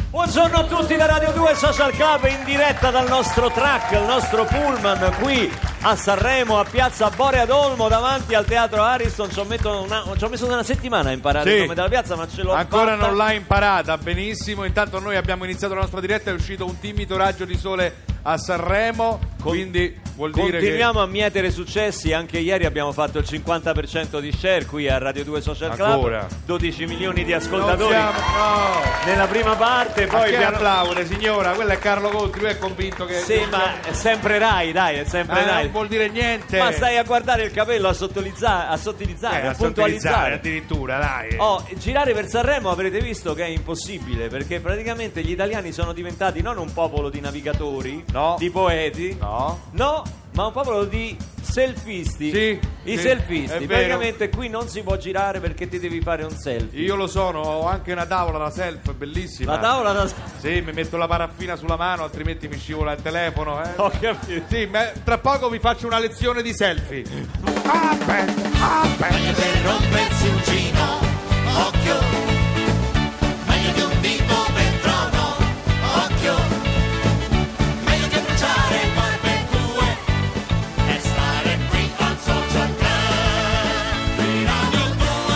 Buongiorno a tutti da Radio 2 Social Club, in diretta dal nostro truck, il nostro pullman qui a Sanremo, a Piazza Borea d'Olmo, davanti al Teatro Ariston. Ci ho messo una settimana a imparare il nome della piazza, ma ce l'ho ancora fatta. Non l'ha imparata benissimo. Intanto noi abbiamo iniziato la nostra diretta, è uscito un timido raggio di sole a Sanremo, quindi vuol dire che continuiamo a mietere successi. Anche ieri abbiamo fatto il 50% di share qui a Radio 2 Social Club. Ancora? 12 milioni di ascoltatori no. nella prima parte. Poi che applaude, signora, quello è Carlo Conti, lui è convinto che sì, ma è sempre Rai, dai, è sempre Rai. Non vuol dire niente. Ma stai a guardare il capello, a sottilizzare, a puntualizzare addirittura, dai. Girare per Sanremo avrete visto che è impossibile, perché praticamente gli italiani sono diventati non un popolo di navigatori, di poeti, no, ma un popolo di selfisti. I selfisti. Praticamente qui non si può girare perché ti devi fare un selfie. Io lo sono, ho anche una tavola da selfie bellissima. La tavola da Sì, mi metto la paraffina sulla mano, altrimenti mi scivola il telefono, Ho capito. Sì, tra poco vi faccio una lezione di selfie. Meglio per rompersi un gino, occhio. Meglio di un dito per trono, occhio. Meglio che bruciare poi per due e stare qui al Social Club di Radio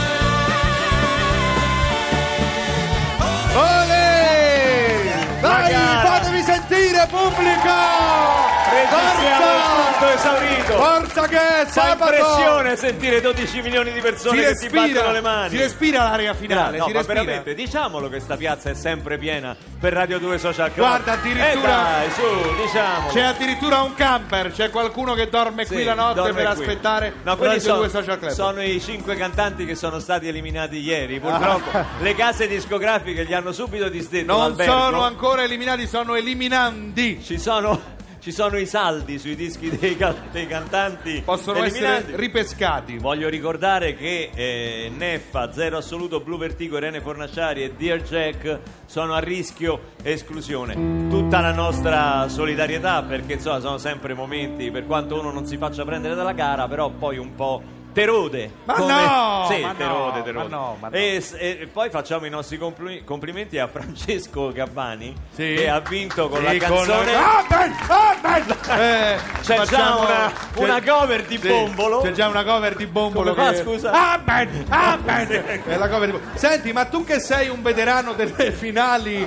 2. Olè! Dai, fatevi sentire, pubblico! Registriamo il punto esaurito. Forza che è Fa sabato! impressione sentire 12 milioni di persone che si battono le mani. Si respira l'area finale, No, si ma respira. veramente, diciamolo che sta piazza è sempre piena per Radio 2 Social Club. Guarda, addirittura dai, su, diciamolo. c'è addirittura un camper, c'è qualcuno che dorme qui la notte dorme per qui. aspettare quelli Radio 2 Social Club. sono i 5 cantanti che sono stati eliminati ieri. Purtroppo le case discografiche gli hanno subito disdetto Non l'albergo. sono ancora eliminati, sono eliminandi. Ci sono i saldi sui dischi dei cantanti Possono eliminati. essere ripescati. Voglio ricordare che Neffa, Zero Assoluto, Blue Vertigo, Irene Fornaciari e Dear Jack sono a rischio esclusione. Tutta la nostra solidarietà, perché insomma sono sempre momenti, per quanto uno non si faccia prendere dalla gara, però poi un po' terode. Ma no! Sì, Ma terode. no, ma no. E poi facciamo i nostri complimenti a Francesco Gabbani, Sì. che ha vinto con la Sì, canzone. C'è già una cover di Bombolo. C'è già una cover di Bombolo. Come fa, scusa? È la cover di Bombolo. Senti, ma tu che sei un veterano delle finali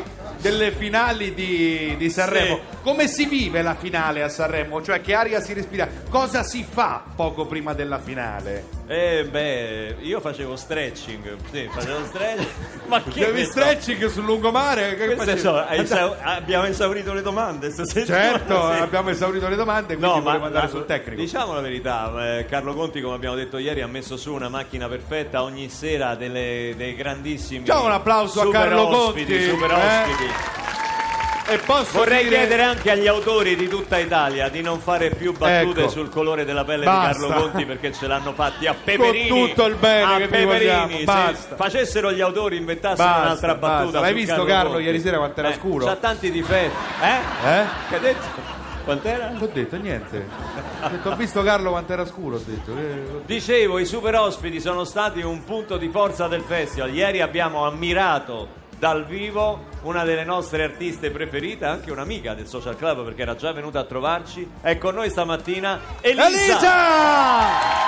di Sanremo, come si vive la finale a Sanremo? Cioè, che aria si respira? Cosa si fa poco prima della finale? Io facevo stretching. Sì, facevo stretching. Ma che Devi stretching sul lungomare? Che abbiamo esaurito le domande stasera. Certo, Sì. abbiamo esaurito le domande, quindi volevo andare sul tecnico. Diciamo la verità, Carlo Conti, come abbiamo detto ieri, ha messo su una macchina perfetta ogni sera, dei grandissimi. Ciao, un applauso a Carlo Conti. Super ospiti. E Vorrei chiedere anche agli autori di tutta Italia di non fare più battute sul colore della pelle Basta. di Carlo Conti, perché ce l'hanno fatti a peperini. Con tutto il bene che vi vogliamo. Se Basta. facessero gli autori, inventassero un'altra battuta. L'hai su visto Carlo ieri sera quanto era scuro? C'ha tanti difetti. Che ha detto? Quant'era? Non ho detto niente. Ho visto Carlo quanto era scuro, ho detto. Dicevo, i super ospiti sono stati un punto di forza del festival. Ieri abbiamo ammirato dal vivo una delle nostre artiste preferite, anche un'amica del Social Club, perché era già venuta a trovarci. È con noi stamattina Elisa!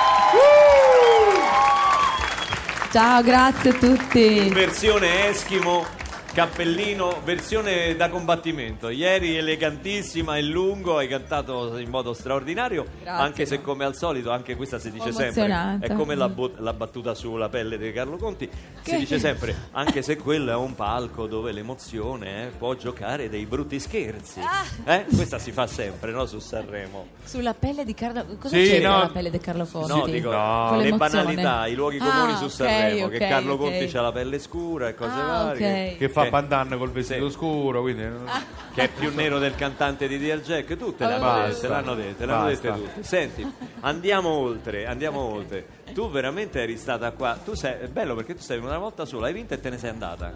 Ciao, grazie a tutti. In versione Eschimo, cappellino, versione da combattimento. Ieri elegantissima e lungo, hai cantato in modo straordinario. Grazie. Anche se, come al solito, anche questa si dice sempre, Emozionata. è come la battuta sulla pelle di Carlo Conti, si dice sempre, anche se quello è un palco dove l'emozione può giocare dei brutti scherzi. Questa si fa sempre, no, su Sanremo. Sulla pelle di Carlo. Cosa Sì, c'è no. la pelle di Carlo Conti? No, dico, Con le l'emozione. banalità, i luoghi comuni su ok, Sanremo, che ok, Carlo ok. Conti c'ha la pelle scura e cose varie. ok. Che fa Bandan col vestito scuro, quindi Che è più nero del cantante di Dear Jack. Tutte l'hanno dette tutte. Senti, andiamo oltre. Tu veramente eri stata qua. È bello perché tu sei venuta una volta sola, hai vinto e te ne sei andata.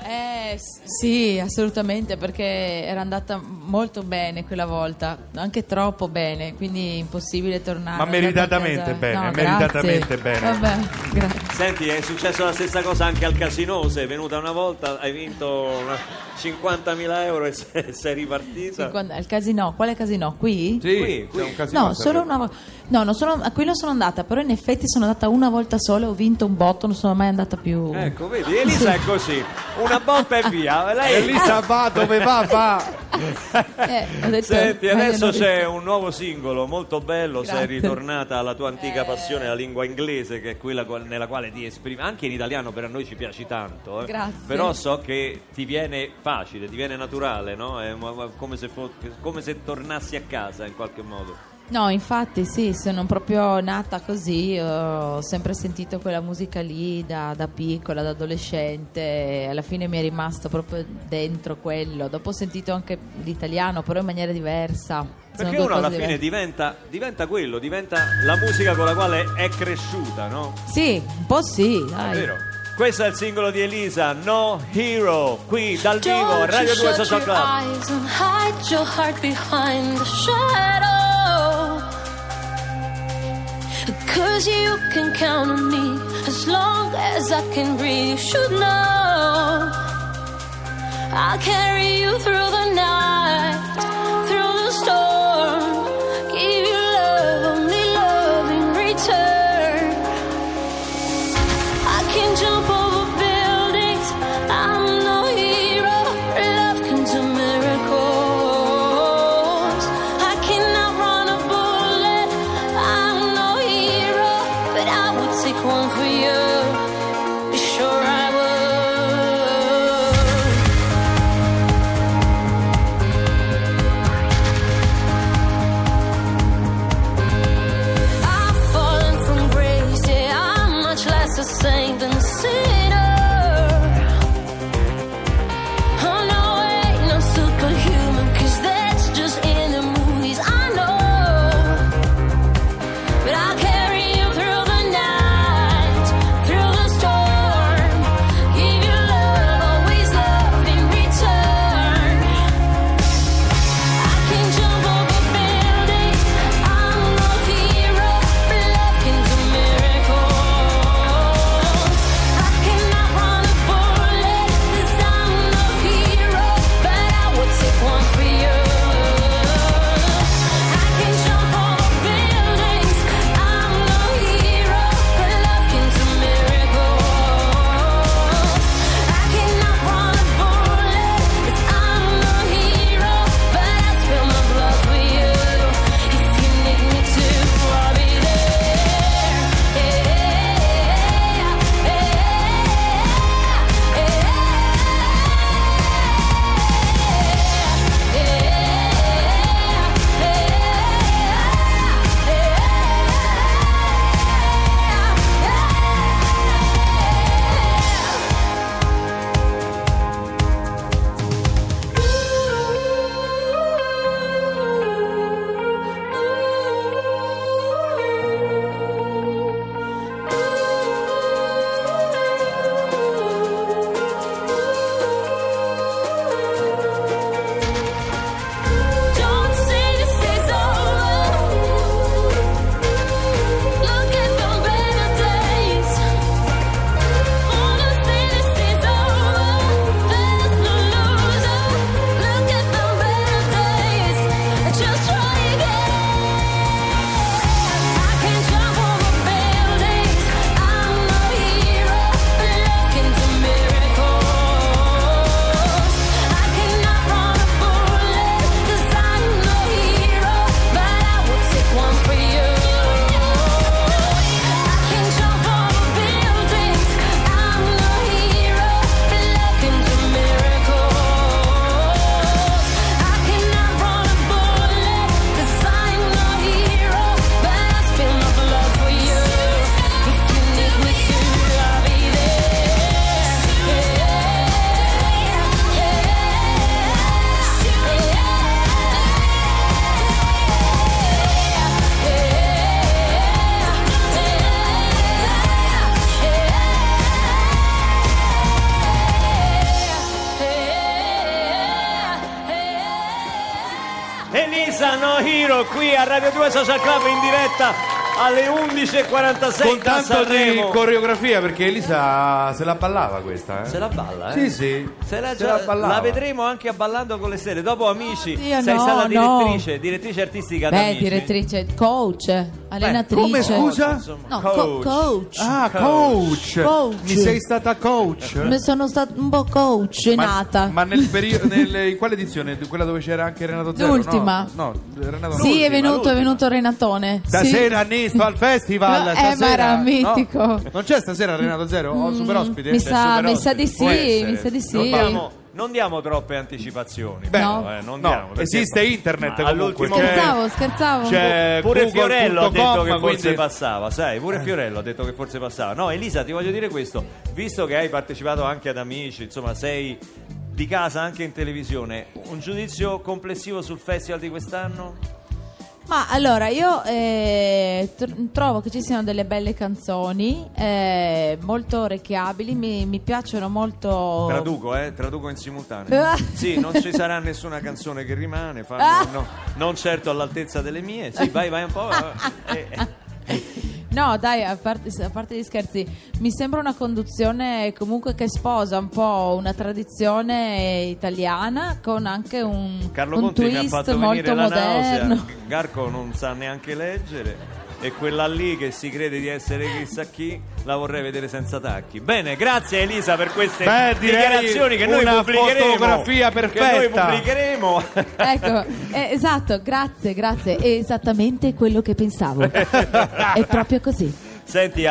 Sì, assolutamente, perché era andata molto bene quella volta, anche troppo bene, quindi impossibile tornare. Ma meritatamente bene, No, meritatamente grazie. bene. Vabbè, grazie. Senti, è successo la stessa cosa anche al casino, sei venuta una volta, hai vinto 50.000 euro e sei ripartita. Al casino, quale casino? Qui? Sì, Qui. c'è un casino. No, a solo Sanremo. una volta. No, a qui non sono andata, però in effetti sono andata una volta sola, ho vinto un botto, non sono mai andata più. Ecco, vedi, Elisa è così, una botta e via. Lei... Elisa va dove va. Ho detto, Senti, meglio adesso non c'è un nuovo singolo molto bello, sei Grazie. ritornata alla tua antica passione, la lingua inglese, che è quella nella quale ti esprimi, anche in italiano per noi ci piaci tanto, Grazie. però so che ti viene facile, ti viene naturale, no? È come se tornassi a casa in qualche modo. No, infatti sì, sono proprio nata così, ho sempre sentito quella musica lì da piccola, da adolescente, e alla fine mi è rimasto proprio dentro quello. Dopo ho sentito anche l'italiano, però in maniera diversa. Sono Perché due uno alla cose fine diverse. diventa quello, diventa la musica con la quale è cresciuta, no? Sì, un po' sì, È dai. vero. Questo è il singolo di Elisa, No Hero, qui dal vivo, Don't Radio you 2 shut Social your Club. eyes and hide your heart behind the shadow. 'Cause you can count on me as long as I can breathe. You should know I'll carry you through the night, through the storm. Give you love, only love in return. I can jump over buildings, I'm no hero. Love can do miracles. I cannot run a bullet, I'm no hero, but I would take one for you. Be sure I would. Elisa No Hero qui a Radio 2 Social Club in diretta alle 11.46 con da tanto di Sanremo. coreografia, perché Elisa se la ballava questa, Se la balla, Sì, sì. Se la, Se la ballava. la vedremo anche ballando con le stelle. Dopo Amici, Oddio, sei no, stata no. direttrice artistica ad Beh, Amici. direttrice, coach, allenatrice. come, scusa? Insomma, No, coach. coach. Ah, coach. Coach. Mi sei stata coach? Mi sono stata un po' coach, nata. Ma nel periodo, in quale edizione? Quella dove c'era anche Renato Zero? L'ultima. No, Renato no. Sì, è venuto Renatone. Stasera Nisto al festival. No, stasera, ma era mitico. No? Non c'è stasera Renato Zero? O super ospite? Mi sa di Può sì, essere. mi sa di sì. Non diamo troppe anticipazioni. Beh, No. Non No, diamo, perché esiste internet ma comunque. all'ultimo- Scherzavo. C'è Pure Google.com, Fiorello ha detto che forse quindi- passava, sai, pure Fiorello ha detto che forse passava. No, Elisa, ti voglio dire questo, visto che hai partecipato anche ad Amici, insomma, sei di casa anche in televisione, un giudizio complessivo sul festival di quest'anno? Ma allora io trovo che ci siano delle belle canzoni molto orecchiabili, mi piacciono molto. Traduco in simultaneo. Sì, non ci sarà nessuna canzone che rimane, non certo all'altezza delle mie. Sì, vai un po'. No, dai, a parte gli scherzi, mi sembra una conduzione comunque che sposa un po' una tradizione italiana con anche un Carlo un Conti mi ha twist fatto venire molto la moderno. nausea. Garco non sa neanche leggere. E quella lì che si crede di essere chissà chi la vorrei vedere senza tacchi. Bene, grazie Elisa per queste dichiarazioni che noi una pubblicheremo. fotografia Che noi perfetta. pubblicheremo. Ecco, esatto, grazie, è esattamente quello che pensavo. È proprio così. Senti,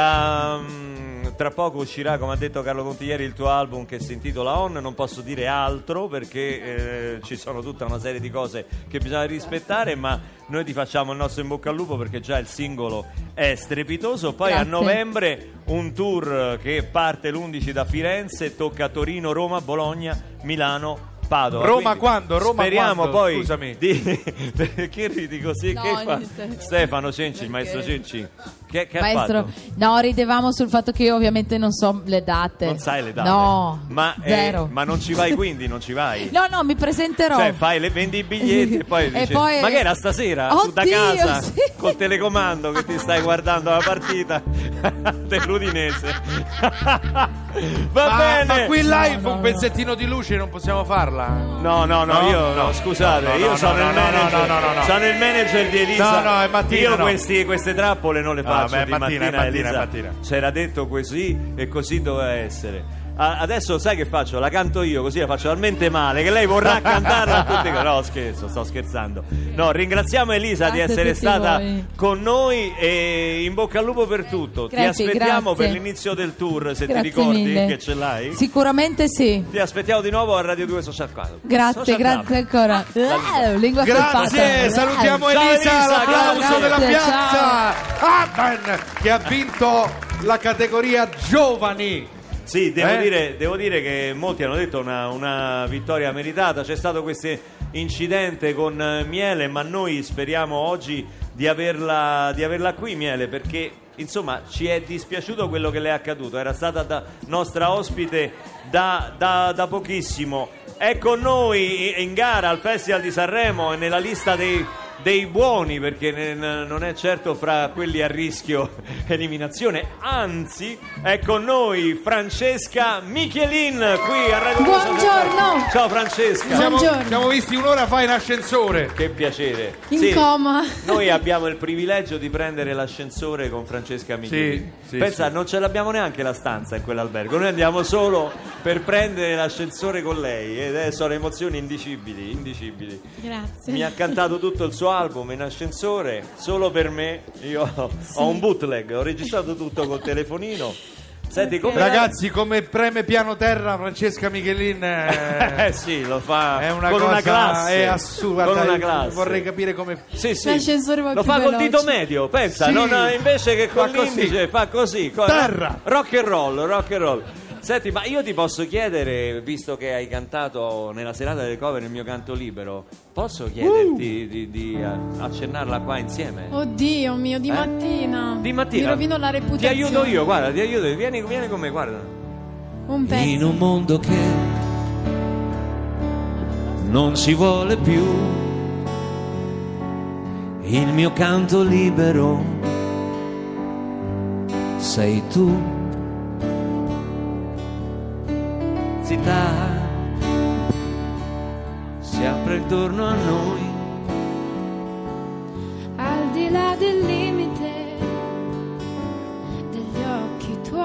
tra poco uscirà, come ha detto Carlo Conti ieri, il tuo album che si intitola On. Non posso dire altro perché ci sono tutta una serie di cose che bisogna rispettare, ma noi ti facciamo il nostro in bocca al lupo perché già il singolo è strepitoso. Poi Grazie. a novembre un tour che parte l'11 da Firenze, tocca Torino, Roma, Bologna, Milano, Padova. Roma Quindi quando? Roma speriamo quando? poi Scusami. Perché ridi così? No, che fa? niente. Stefano Cenci, il Perché? maestro Cenci, che ha Maestro, fatto? no, ridevamo sul fatto che io ovviamente non so le date. Non sai le date? No, ma, zero. ma non ci vai, quindi non ci vai? No, mi presenterò. Cioè vendi i biglietti e poi dici, poi- ma che era stasera? Tu da Oddio, casa sì. col telecomando che ti stai guardando la partita dell'Udinese. Va bene. Ma qui live No, un pezzettino di luce non possiamo farla? No, scusate, no, io no, sono no, il no, manager. no. Sono il manager di Elisa. No, è mattina, io no. queste trappole non le faccio beh, di mattina, mattina, è Elisa. mattina. C'era detto così e così doveva essere. Adesso sai che faccio? La canto io, così la faccio talmente male che lei vorrà cantarla a tutti. No, scherzo, sto scherzando. No, ringraziamo Elisa Grazie di essere a tutti stata voi. con noi e in bocca al lupo per tutto. Grazie, Ti aspettiamo grazie. per l'inizio del tour, se Grazie ti ricordi mille. che ce l'hai. Sicuramente sì. Ti aspettiamo di nuovo a Radio 2 Social Club. Grazie, Social Club. grazie ancora. Lingua Grazie, colpata. salutiamo Ciao, Elisa, Elisa, l'applauso grazie, della ciao. piazza Amen, che ha vinto la categoria giovani. Sì, devo dire che molti hanno detto una vittoria meritata. C'è stato questo incidente con Miele, ma noi speriamo oggi di averla qui, Miele, perché insomma ci è dispiaciuto quello che le è accaduto. Era stata nostra ospite da pochissimo. È con noi in gara al Festival di Sanremo e nella lista dei buoni, perché non è certo fra quelli a rischio eliminazione, anzi è con noi Francesca Michelin qui a Radio 2 Social Club. Buongiorno. Ciao Francesca. Buongiorno. Siamo visti un'ora fa in ascensore. Che piacere. In coma. Noi abbiamo il privilegio di prendere l'ascensore con Francesca Michelin. Sì, Pensa, sì. non ce l'abbiamo neanche la stanza in quell'albergo. Noi andiamo solo per prendere l'ascensore con lei ed sono emozioni indicibili. Grazie. Mi ha cantato tutto il suo album in ascensore solo per me. Io ho un bootleg, ho registrato tutto col telefonino. Senti, come Ragazzi, come preme piano terra Francesca Michelin sì, lo fa è una con cosa una classe. è assurda. Con una classe. Vorrei capire come Sì, sì. L'ascensore va Lo più fa col veloce. dito medio, pensa, Sì. invece che con Fa così. l'indice fa così. Terra. Rock and roll. Senti, ma io ti posso chiedere, visto che hai cantato nella serata del cover il mio canto libero, posso chiederti di accennarla qua insieme? Oddio mio, di mattina. Di mattina? Mi rovino la reputazione. Ti aiuto io, guarda, ti aiuto. Vieni con me, guarda. Un pezzo. In un mondo che non si vuole più il mio canto libero sei tu. Città si apre intorno a noi, Al di là del limite degli occhi tuoi,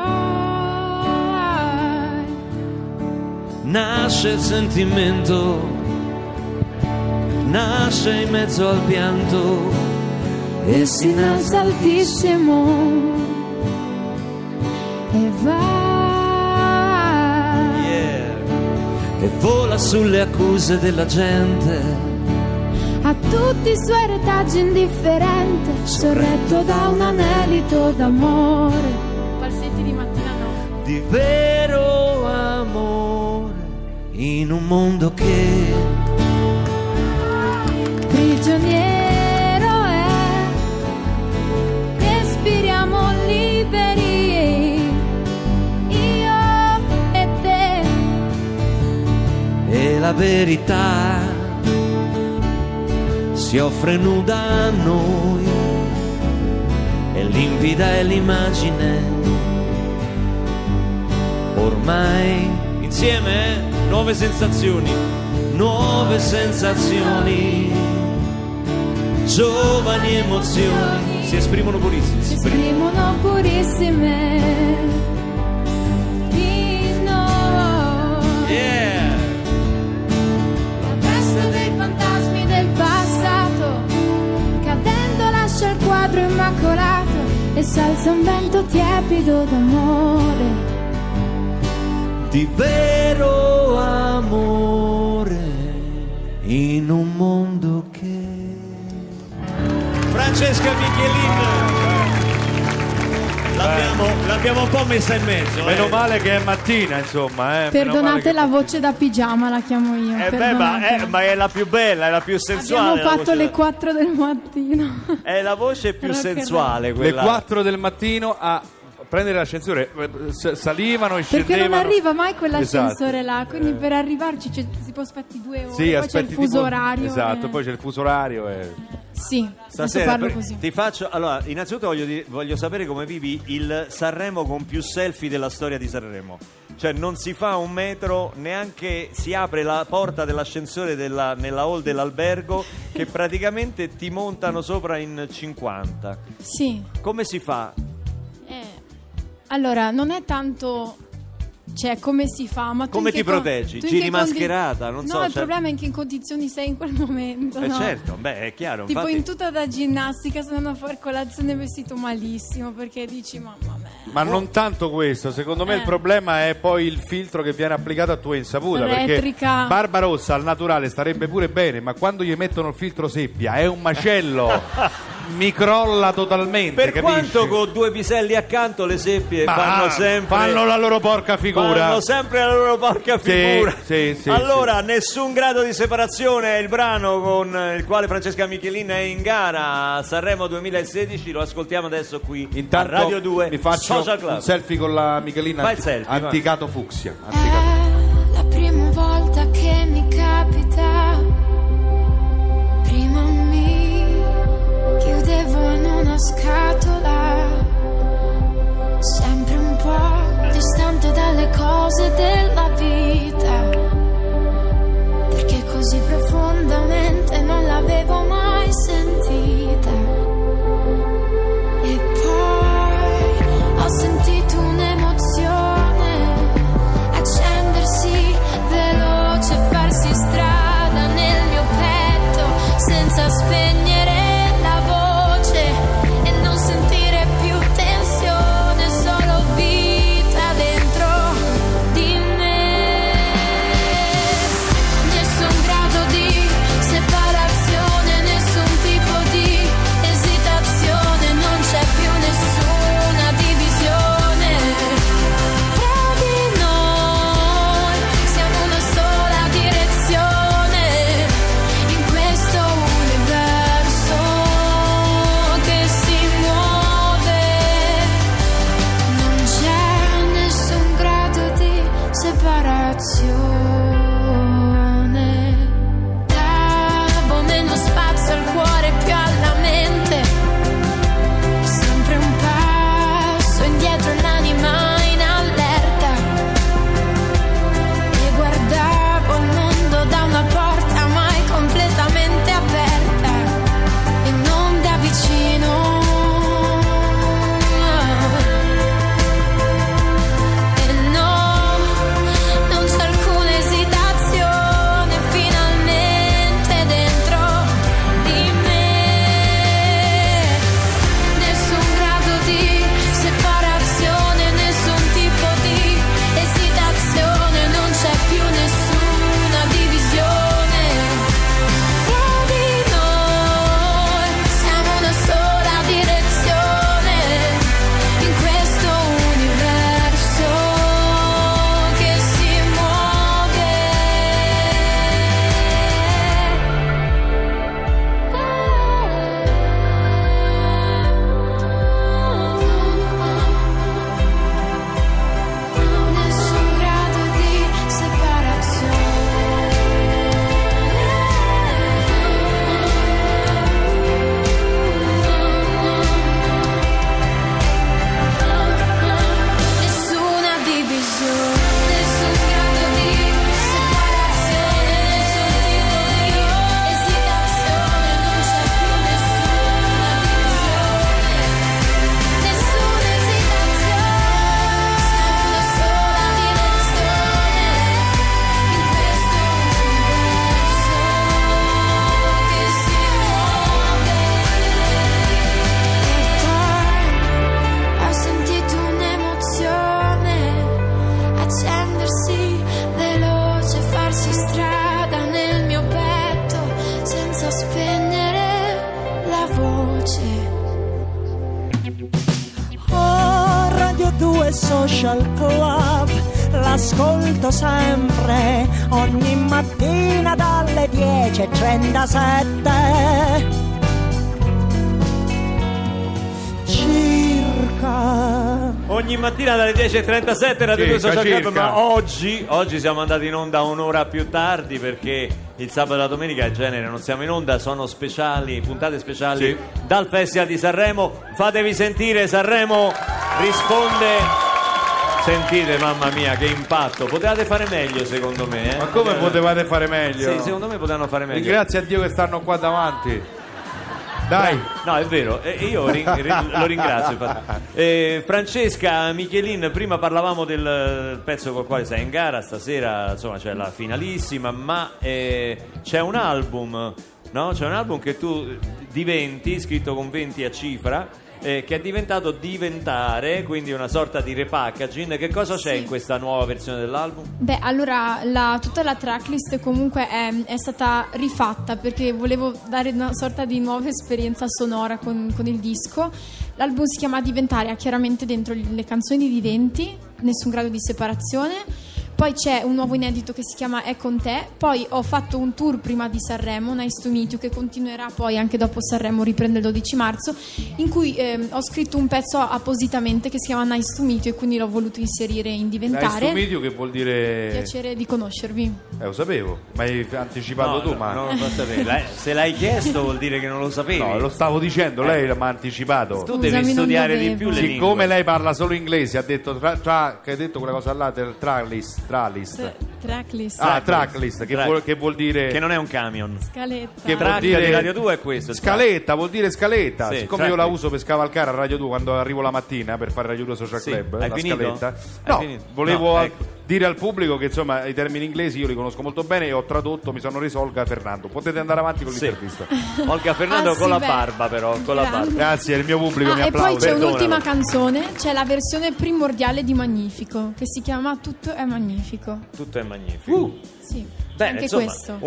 nasce il sentimento, nasce in mezzo al pianto e si innalza altissimo e va. e vola sulle accuse della gente, A tutti i suoi retaggi indifferente, sorretto da un anelito d'amore. Falsetti di mattina no. di vero amore in un mondo che Prigioniero è, respiriamo liberi, io e te. e la verità si offre nuda a noi, e limpida è l'immagine. Ormai insieme nuove sensazioni, giovani emozioni si esprimono purissime. Si esprimono purissime in noi. Yeah! La testa dei fantasmi del passato, cadendo lascia il quadro immacolato e s'alza un vento tiepido d'amore. Di vero amore in un mondo che Francesca Michelin l'abbiamo un po' messa in mezzo. Meno male che è mattina, insomma. Perdonate la voce da pigiama, la chiamo io. Ma è la più bella, è la più sensuale. Abbiamo fatto la le voce 4 del mattino. È la voce più Però che sensuale Le quella. 4 del mattino a prendere l'ascensore, salivano e Perché scendevano. non arriva mai quell'ascensore Esatto. là, quindi per arrivarci si può aspettare 2 ore, Sì, poi c'è aspetti il fuso tipo- orario. Esatto, poi c'è il fuso orario e... Sì, Stasera adesso parlo così. ti faccio. Allora, innanzitutto voglio sapere come vivi il Sanremo con più selfie della storia di Sanremo. Cioè, non si fa un metro, neanche si apre la porta dell'ascensore nella hall dell'albergo, che praticamente ti montano sopra in 50. Sì. Come si fa? Allora, non è tanto, cioè, come si fa, ma tu Come in ti che proteggi? tu in Giri che mascherata? Non no, so, il cioè- problema è in che condizioni sei in quel momento, no? Certo, beh, è chiaro. Tipo infatti, in tutta da ginnastica, se andando a fare colazione vestito malissimo, perché dici, mamma mia. Ma non tanto questo, secondo me il problema è poi il filtro che viene applicato a tua insaputa. Retrica. Perché Barbarossa al naturale starebbe pure bene, ma quando gli mettono il filtro seppia è un macello. Mi crolla totalmente. per capisci? quanto con 2 piselli accanto le seppie fanno sempre. fanno la loro porca figura. Fanno sempre la loro porca Sì, figura. sì, allora, Nessun grado di separazione è il brano con il quale Francesca Michelin è in gara a Sanremo 2016. Lo ascoltiamo adesso qui Intanto a Radio 2 mi faccio Social Club. un selfie con la Michelin Fai il selfie, vai. anticato fucsia. È la prima volta che mi capita. Prima mi chiudevo in una scatola, sempre un po' distante dalle cose della vita, perché così profondamente non l'avevo mai sentita. E poi ho sentito un'emozione accendersi veloce, Social Club, l'ascolto sempre, ogni mattina dalle 10:37. Circa. Ogni mattina dalle 10:37 Radio 2 Social Club, circa. ma oggi siamo andati in onda un'ora più tardi perché il sabato e la domenica in genere non siamo in onda, sono speciali, puntate speciali Sì. dal Festival di Sanremo. Fatevi sentire, Sanremo risponde. Sentite, mamma mia, che impatto. Potevate fare meglio, secondo me. Ma come potevate fare meglio? Sì, secondo me potevano fare meglio. Ringrazia a Dio che stanno qua davanti. Dai. No, è vero, io lo ringrazio. Infatti. Francesca Michelin, prima parlavamo del pezzo col quale sei in gara, stasera insomma c'è la finalissima, ma c'è un album, no? C'è un album che tu diventi, scritto con 20 a cifra, che è diventato diventare, quindi una sorta di repackaging. Che cosa c'è in questa nuova versione dell'album? Beh, allora tutta la tracklist comunque è stata rifatta perché volevo dare una sorta di nuova esperienza sonora con il disco. L'album si chiama Diventare, ha chiaramente dentro le canzoni di 20, Nessun grado di separazione. Poi c'è un nuovo inedito che si chiama È con te. Poi ho fatto un tour prima di Sanremo, Nice to Meet You, che continuerà poi anche dopo Sanremo, riprende il 12 marzo, in cui ho scritto un pezzo appositamente che si chiama Nice to Meet You e quindi l'ho voluto inserire in Diventare. Nice to meet you, che vuol dire... Piacere di conoscervi. Lo sapevo, ma hai anticipato tu, ma... non lo sapevi. Se l'hai chiesto vuol dire che non lo sapevi. No, lo stavo dicendo, lei mi ha anticipato. Tu devi Scusami, non studiare di dovevo. più le lingue. Siccome lei parla solo inglese, ha detto che hai detto quella cosa là del tracklist. Tracklist. Tracklist, che vuol dire... Che non è un camion. Scaletta. Che Tracca vuol dire di Radio 2 è questo. Scaletta, vuol dire scaletta. Sì, Siccome io la tracklist. uso per scavalcare a Radio 2 quando arrivo la mattina per fare Radio 2 Social Sì. Club, Hai la finito? scaletta. Hai No, finito? volevo No, ecco. dire al pubblico che insomma i termini inglesi io li conosco molto bene e ho tradotto, mi sono reso Olga Fernando. Potete andare avanti con Sì. l'intervista. Olga Fernando Ah, con sì, la beh. barba, però, con la barba. Grazie, il mio pubblico mi E poi applaude. c'è Perdonalo. un'ultima canzone, c'è la versione primordiale di Magnifico, che si chiama Tutto è Magnifico. Tutto è magnifico. Sì, Bene, anche insomma, questo.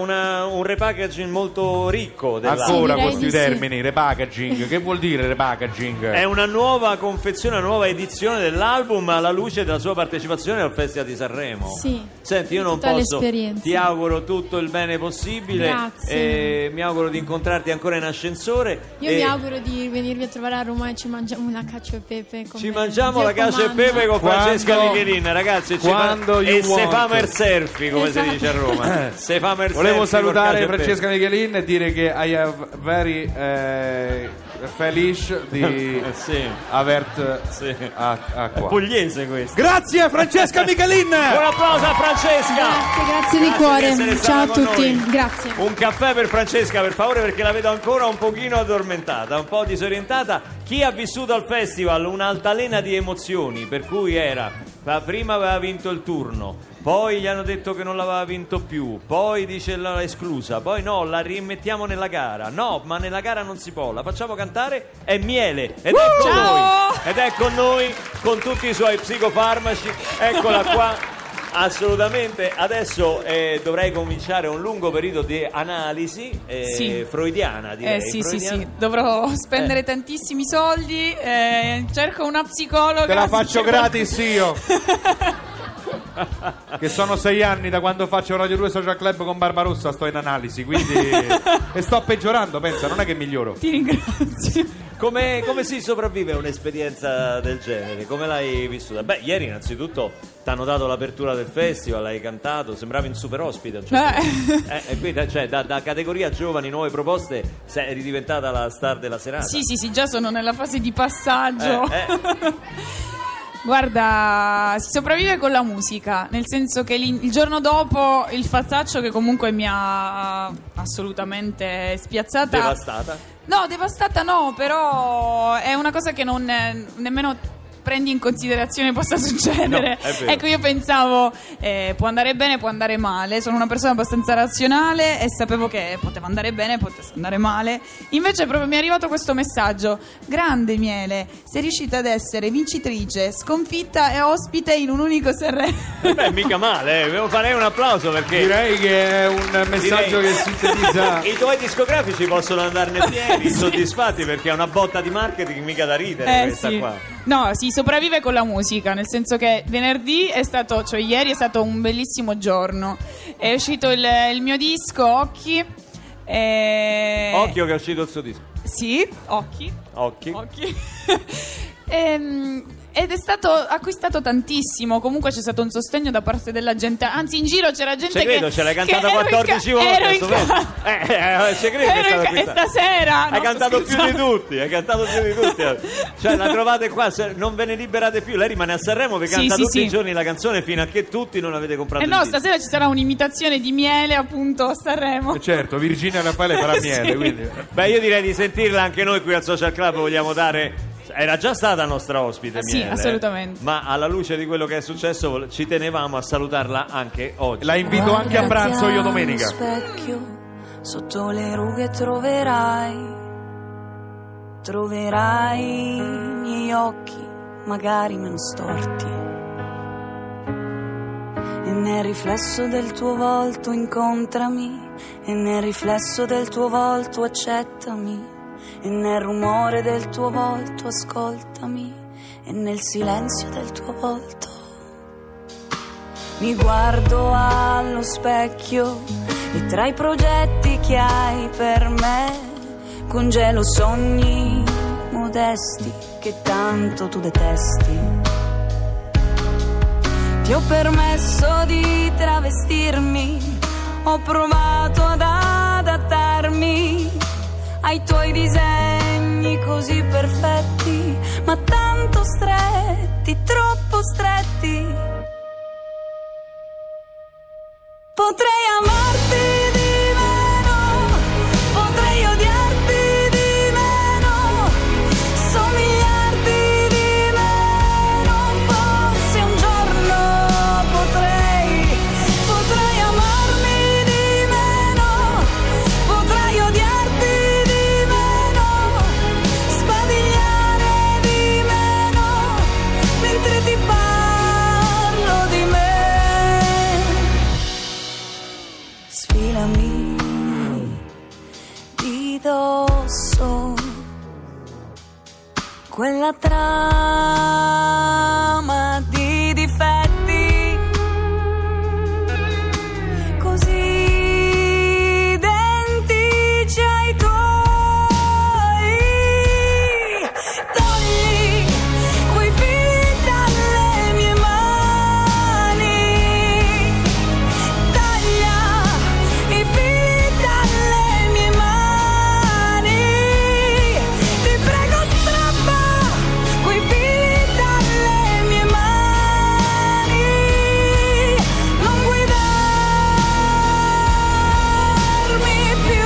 un repackaging molto ricco dell'album. Ancora direi questi di sì. termini, repackaging. Che vuol dire repackaging? È una nuova confezione, una nuova edizione dell'album alla luce della sua partecipazione al Festival di Sanremo. Sì. Senti, io non Tutta posso. l'esperienza. Ti auguro tutto il bene possibile. Grazie. E mi auguro di incontrarti ancora in ascensore. Io mi auguro di venirvi a trovare a Roma e ci mangiamo una cacio e pepe. Ci mangiamo la cacio e pepe con Quando- Francesca Michelin, ragazzi. quando you e se want. famo il selfie, come Esatto. si dice a Roma. Se famo il Volevo selfie col salutare cacio e pepe. Francesca Michelin e dire che I have very felice di Sì, avert sì. a È qua. pugliese questo. Grazie Francesca Michelin! Un applauso a Francesca. Grazie di Grazie cuore. di essere Ciao a stata con tutti. noi. Grazie. Un caffè per Francesca, per favore, perché la vedo ancora un pochino addormentata, un po' disorientata. Chi ha vissuto al festival un'altalena di emozioni, per cui prima aveva vinto il turno, poi gli hanno detto che non l'aveva vinto più, poi dice l'ha esclusa, poi no, la rimettiamo nella gara, no, ma nella gara non si può, la facciamo cantare, è Miele ed è con noi, ed è con noi con tutti i suoi psicofarmaci, eccola qua. Assolutamente, adesso dovrei cominciare un lungo periodo di analisi Sì. freudiana, direi. Sì, freudiana. dovrò spendere tantissimi soldi, cerco una psicologa. Te la faccio sinceramente. gratis io. Che sono 6 anni da quando faccio Radio 2 Social Club con Barbarossa, sto in analisi, quindi e sto peggiorando, pensa, non è che miglioro. Ti ringrazio. Come si sopravvive a un'esperienza del genere? Come l'hai vissuta? Beh, ieri innanzitutto ti hanno dato l'apertura del festival, hai cantato, sembravi un super ospite a un certo punto. E quindi cioè, da categoria giovani, nuove proposte, eri diventata la star della serata. Sì, già sono nella fase di passaggio. Eh. Guarda, si sopravvive con la musica, nel senso che il giorno dopo il fattaccio che comunque mi ha assolutamente spiazzata. Devastata. No, devastata no, però è una cosa che non nemmeno prendi in considerazione possa succedere. No, è vero. Ecco, io pensavo può andare bene, può andare male. Sono una persona abbastanza razionale e sapevo che poteva andare bene, potesse andare male. Invece proprio mi è arrivato questo messaggio: grande Miele, sei riuscita ad essere vincitrice, sconfitta e ospite in un unico Sanremo. Beh, mica male, farei un applauso perché Direi che è un messaggio direi- che sintetizza. I tuoi discografici possono andarne pieni, soddisfatti, perché è una botta di marketing mica da ridere questa sì. qua. No, si sopravvive con la musica, nel senso che venerdì è stato, cioè ieri è stato un bellissimo giorno. È uscito il mio disco Occhi. Occhio che è uscito il suo disco. Sì, Occhi. Occhi. Ed è stato acquistato tantissimo. Comunque c'è stato un sostegno da parte della gente. Anzi, in giro c'era gente Ci credo, ce l'hai cantata 14 volte. Ero in ci credo che è stato e stasera hai cantato più di tutti. Hai cantato più di tutti. Cioè la trovate qua, non ve ne liberate più. Lei rimane a Sanremo che canta tutti i giorni la canzone fino a che tutti non avete comprato il disco. Stasera ci sarà un'imitazione di Miele appunto a Sanremo. Certo, Virginia Raffaele farà Miele, quindi. Beh, io direi di sentirla anche noi qui al Social Club. Vogliamo dare. Era già stata nostra ospite, sì, Miele, assolutamente. Ma alla luce di quello che è successo ci tenevamo a salutarla anche oggi. La invito anche a pranzo io domenica. Specchio, sotto le rughe troverai i miei occhi, magari meno storti. E nel riflesso del tuo volto incontrami, e nel riflesso del tuo volto accettami. E nel rumore del tuo volto ascoltami, e nel silenzio del tuo volto mi guardo allo specchio, e tra i progetti che hai per me congelo sogni modesti che tanto tu detesti. Ti ho permesso di travestirmi, ho provato ad adattarmi ai tuoi disegni così perfetti, ma tanto stretti, troppo stretti. Potrei amarti di meno, potrei odiarti di meno, somigliarti di meno, forse un giorno potrei amarmi di meno, potrei odiarti di meno, spadigliare di meno, mentre ti parlo di me. Sfilami di dosso quella trama di difetti così identici ai tuoi. Togli quei fili dalle mie mani, taglia i fili dalle mie mani, ti prego strappa quei fili dalle mie mani, non guidarmi più.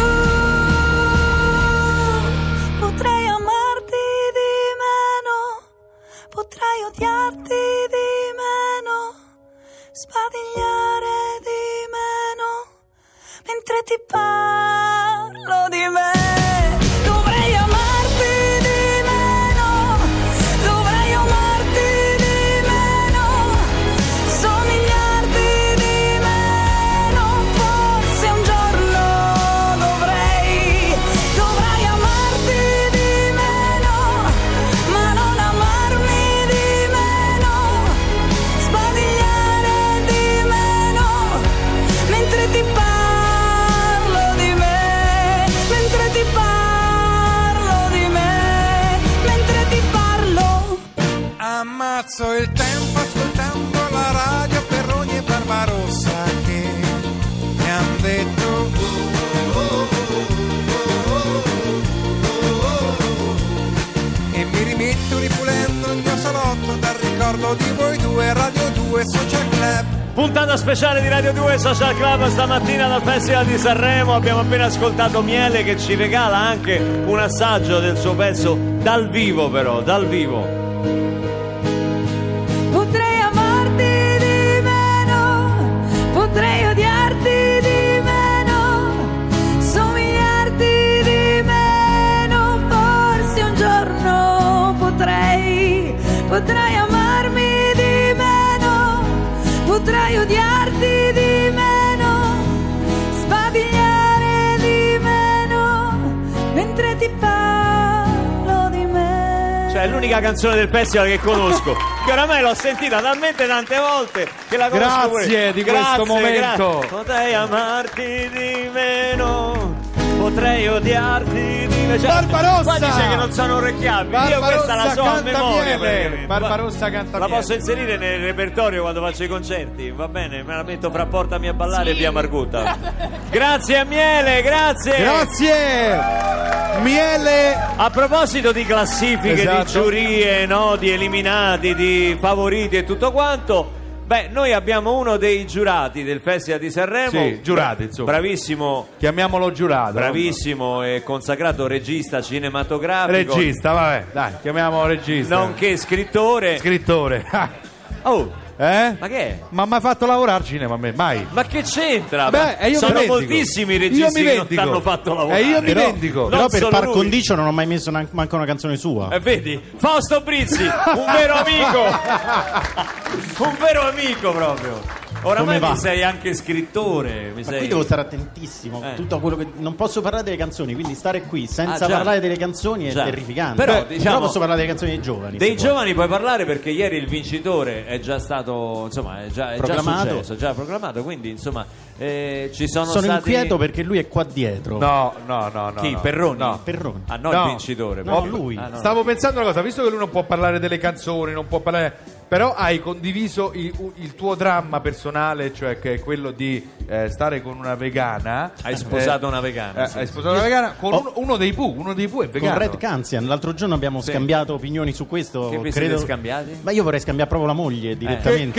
Potrei amarti di meno, potrei odiarti di meno, spadigliare di meno, mentre ti parlo di me. Dovrei amarti di meno, dovrei amarti di meno, somigliarti di meno, forse un giorno dovrei amarti di meno, ma non amarmi di meno, spadigliare di meno, mentre ti parlo di me, mentre ti parlo di me, mentre ti parlo. Ammazzo il tempo ascoltando la radio per ogni Barbarossa che mi han detto e mi rimetto ripulendo il mio salotto dal ricordo di voi due, Radio 2 Social Club. Puntata speciale di Radio 2 Social Club stamattina dal Festival di Sanremo. Abbiamo appena ascoltato Miele che ci regala anche un assaggio del suo pezzo dal vivo, però, dal vivo. Potrei amarti di meno, potrei odiarti di meno, somigliarti di meno, forse un giorno potrei amarmi di meno, potrei odiarti di meno, spadigliare di meno, mentre ti parlo di me. è l'unica canzone del festival che conosco. Che oramai l'ho sentita talmente tante volte che la conosco pure. Grazie di questo momento. Potrei amarti di meno, potrei odiarti di meno. Barbarossa! Qua dice che non sono orecchiabili. Io questa la so a memoria. Barbarossa canta La miele. posso inserire nel repertorio quando faccio i concerti, va bene? Me la metto fra Portami a ballare e via Margutta. Grazie a Miele, grazie. Grazie! Miele! A proposito di classifiche, Esatto. di giurie, no? Di eliminati, di favoriti e tutto quanto, beh, noi abbiamo uno dei giurati del Festival di Sanremo. Sì, giurati, insomma. Bravissimo. Chiamiamolo giurato. Bravissimo e consacrato regista cinematografico. Regista, vabbè, dai, chiamiamolo regista. Nonché scrittore. Scrittore. Oh, Eh? ma che è? Ma mi ha fatto lavorare al cinema a me, mai. Ma che c'entra? Beh, io mi sono vendico. moltissimi i Io registi mi che non vendico. ti hanno fatto lavorare. E io mi Però, vendico. però per solo par lui. condicio non ho mai messo manco una canzone sua. Vedi? Fausto Brizzi, un vero amico. Un vero amico proprio. Oramai Come va? mi sei anche scrittore. Ma qui devo stare attentissimo. Tutto quello che... Non posso parlare delle canzoni, quindi stare qui senza Ah, già. parlare delle canzoni è Già. terrificante. Però, diciamo, posso parlare delle canzoni dei giovani. Dei se vuoi. giovani puoi parlare perché ieri il vincitore è già stato, insomma, è già Proclamato. successo, già proclamato, quindi insomma ci sono Sono stati... inquieto perché lui è qua dietro. No. Chi? no. Perroni? No. Perroni. Ah, no, No. il vincitore. No, perché- lui. Ah, no. Stavo pensando una cosa, visto che lui non può parlare delle canzoni, non può parlare, però hai condiviso il tuo dramma personale, cioè che è quello di stare con una vegana. Hai sposato una vegana, sì. Hai sposato una vegana con uno dei Pooh è vegano. Con Red Canzian, l'altro giorno abbiamo Sì. scambiato opinioni su questo. Che vi credo... siete scambiati? Ma io vorrei scambiare proprio la moglie direttamente.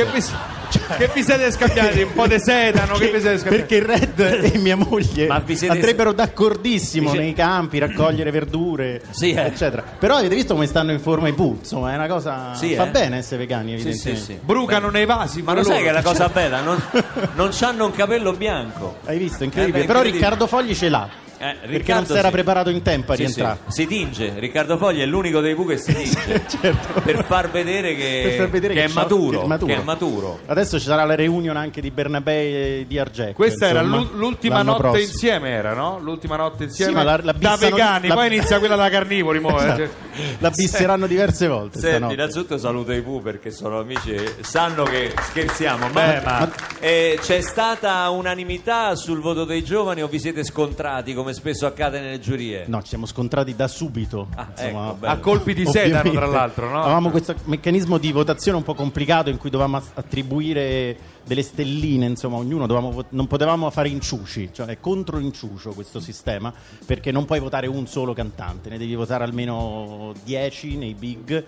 Che vi siete scambiati? Un po' di sedano? Che vi siete scambiati? Perché Red e mia moglie Ma vi siete- andrebbero d'accordissimo Dice- nei campi, raccogliere verdure, Sì, eccetera. Però avete visto come stanno in forma i Pooh? Insomma, è una cosa. Sì, fa eh. bene essere vegani, Sì, evidentemente. sì, sì. Brucano nei vasi. Ma pure lo sai loro. che è la cosa bella? Non c'hanno un capello bianco. Hai visto? Incredibile. beh, Però incredibile. Riccardo Fogli ce l'ha. Perché Riccardo non si era sì. preparato in tempo a Sì, rientrare. sì. Si tinge. Riccardo Fogli è l'unico dei Pooh che si tinge. Certo. Per far vedere che, Per far vedere che è c'ha- maturo, che che è maturo. Adesso ci sarà la reunion anche di Bernabé e di Argec. Questa era insomma, l'ultima l'anno notte prossimo. insieme, era, no? L'ultima notte insieme Sì, ma la da bissano- vegani, la- poi inizia quella da carnivori. Mo, Esatto. La bisseranno diverse volte. Senti, stanotte. innanzitutto saluto i Pooh perché sono amici e sanno che scherziamo. Beh, Ma, ma- c'è stata unanimità sul voto dei giovani o vi siete scontrati come spesso accade nelle giurie? No, ci siamo scontrati da subito. ecco, bello. a colpi di sedano, Ovviamente. tra l'altro, no? Avevamo questo meccanismo di votazione un po' complicato in cui dovevamo attribuire delle stelline, insomma, ognuno non potevamo fare inciuci, cioè è contro inciucio questo sistema, perché non puoi votare un solo cantante, ne devi votare almeno 10 nei big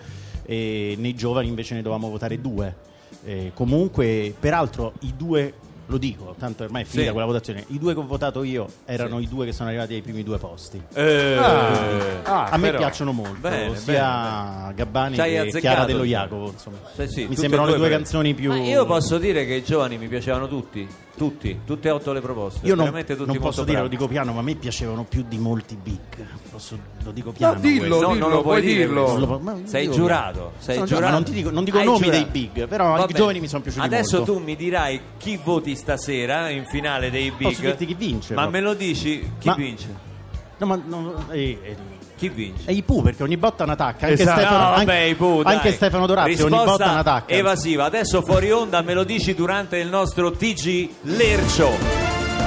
e nei giovani invece ne dovevamo votare 2. Comunque, peraltro, i 2, lo dico, tanto ormai è finita Sì. quella votazione, i 2 che ho votato io erano i 2 che sono arrivati ai primi 2 posti. A me però. piacciono molto, Bene, sia Gabbani Ci hai che azzeccato, Chiara dello diciamo. Jacopo, insomma. Sì, Mi tutte sembrano e le due però. canzoni più... Ma io posso dire che i giovani mi piacevano tutte e 8 le proposte. Io non, veramente tutti non molto posso dire, bravi. lo dico piano, ma a me piacevano più di molti big. Lo dico piano. No, dillo, questo. No, dillo, non lo puoi puoi dire dirlo. questo. Non lo- ma Sei dico giurato, sei Sono giurato. ma non dico Hai nomi giurato. dei big, però Vabbè. i giovani mi sono piaciuti Adesso molto. tu mi dirai chi voti stasera in finale dei big. Posso dirti chi vince, Ma però. me lo dici chi Ma- vince? No, ma Chi vince? è i Pooh, perché ogni botta è un attacco. Anche Esatto. Stefano, No, anche, vabbè, i Pooh, dai. anche Stefano Dorazio ogni Risposta botta è un attacco. evasiva. Adesso fuori onda me lo dici durante il nostro TG Lercio.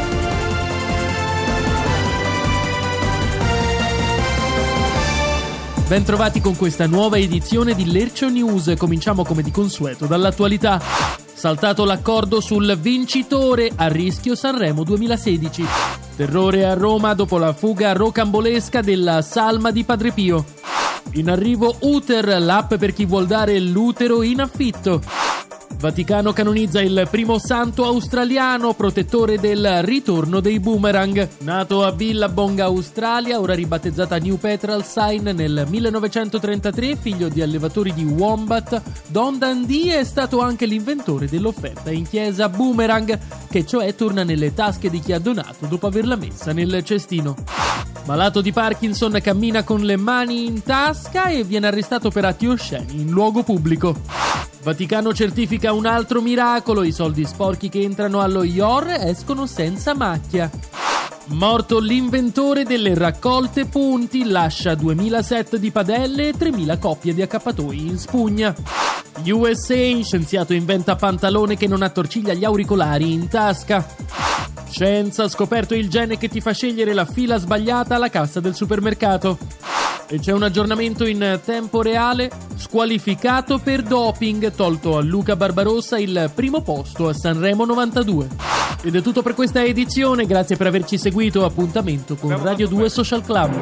Bentrovati con questa nuova edizione di Lercio News. Cominciamo come di consueto dall'attualità. Saltato l'accordo sul vincitore, a rischio Sanremo 2016. Terrore a Roma dopo la fuga rocambolesca della salma di Padre Pio. In arrivo Uter, l'app per chi vuol dare l'utero in affitto. Vaticano canonizza il primo santo australiano, protettore del ritorno dei boomerang. Nato a Billabong, Australia, ora ribattezzata New Petrelscine nel 1933, figlio di allevatori di wombat, Don Dundee è stato anche l'inventore dell'offerta in chiesa boomerang, che cioè torna nelle tasche di chi ha donato dopo averla messa nel cestino. Malato di Parkinson cammina con le mani in tasca e viene arrestato per atti osceni in luogo pubblico. Vaticano certifica un altro miracolo, i soldi sporchi che entrano allo IOR escono senza macchia. Morto l'inventore delle raccolte punti, lascia 2000 set di padelle e 3000 coppie di accappatoi in spugna. USA, scienziato inventa pantalone che non attorciglia gli auricolari in tasca. Scienza, scoperto il gene che ti fa scegliere la fila sbagliata alla cassa del supermercato. E c'è un aggiornamento in tempo reale: squalificato per doping, tolto a Luca Barbarossa il primo posto a Sanremo 92. Ed è tutto per questa edizione, grazie per averci seguito, appuntamento con Radio 2 Social Club.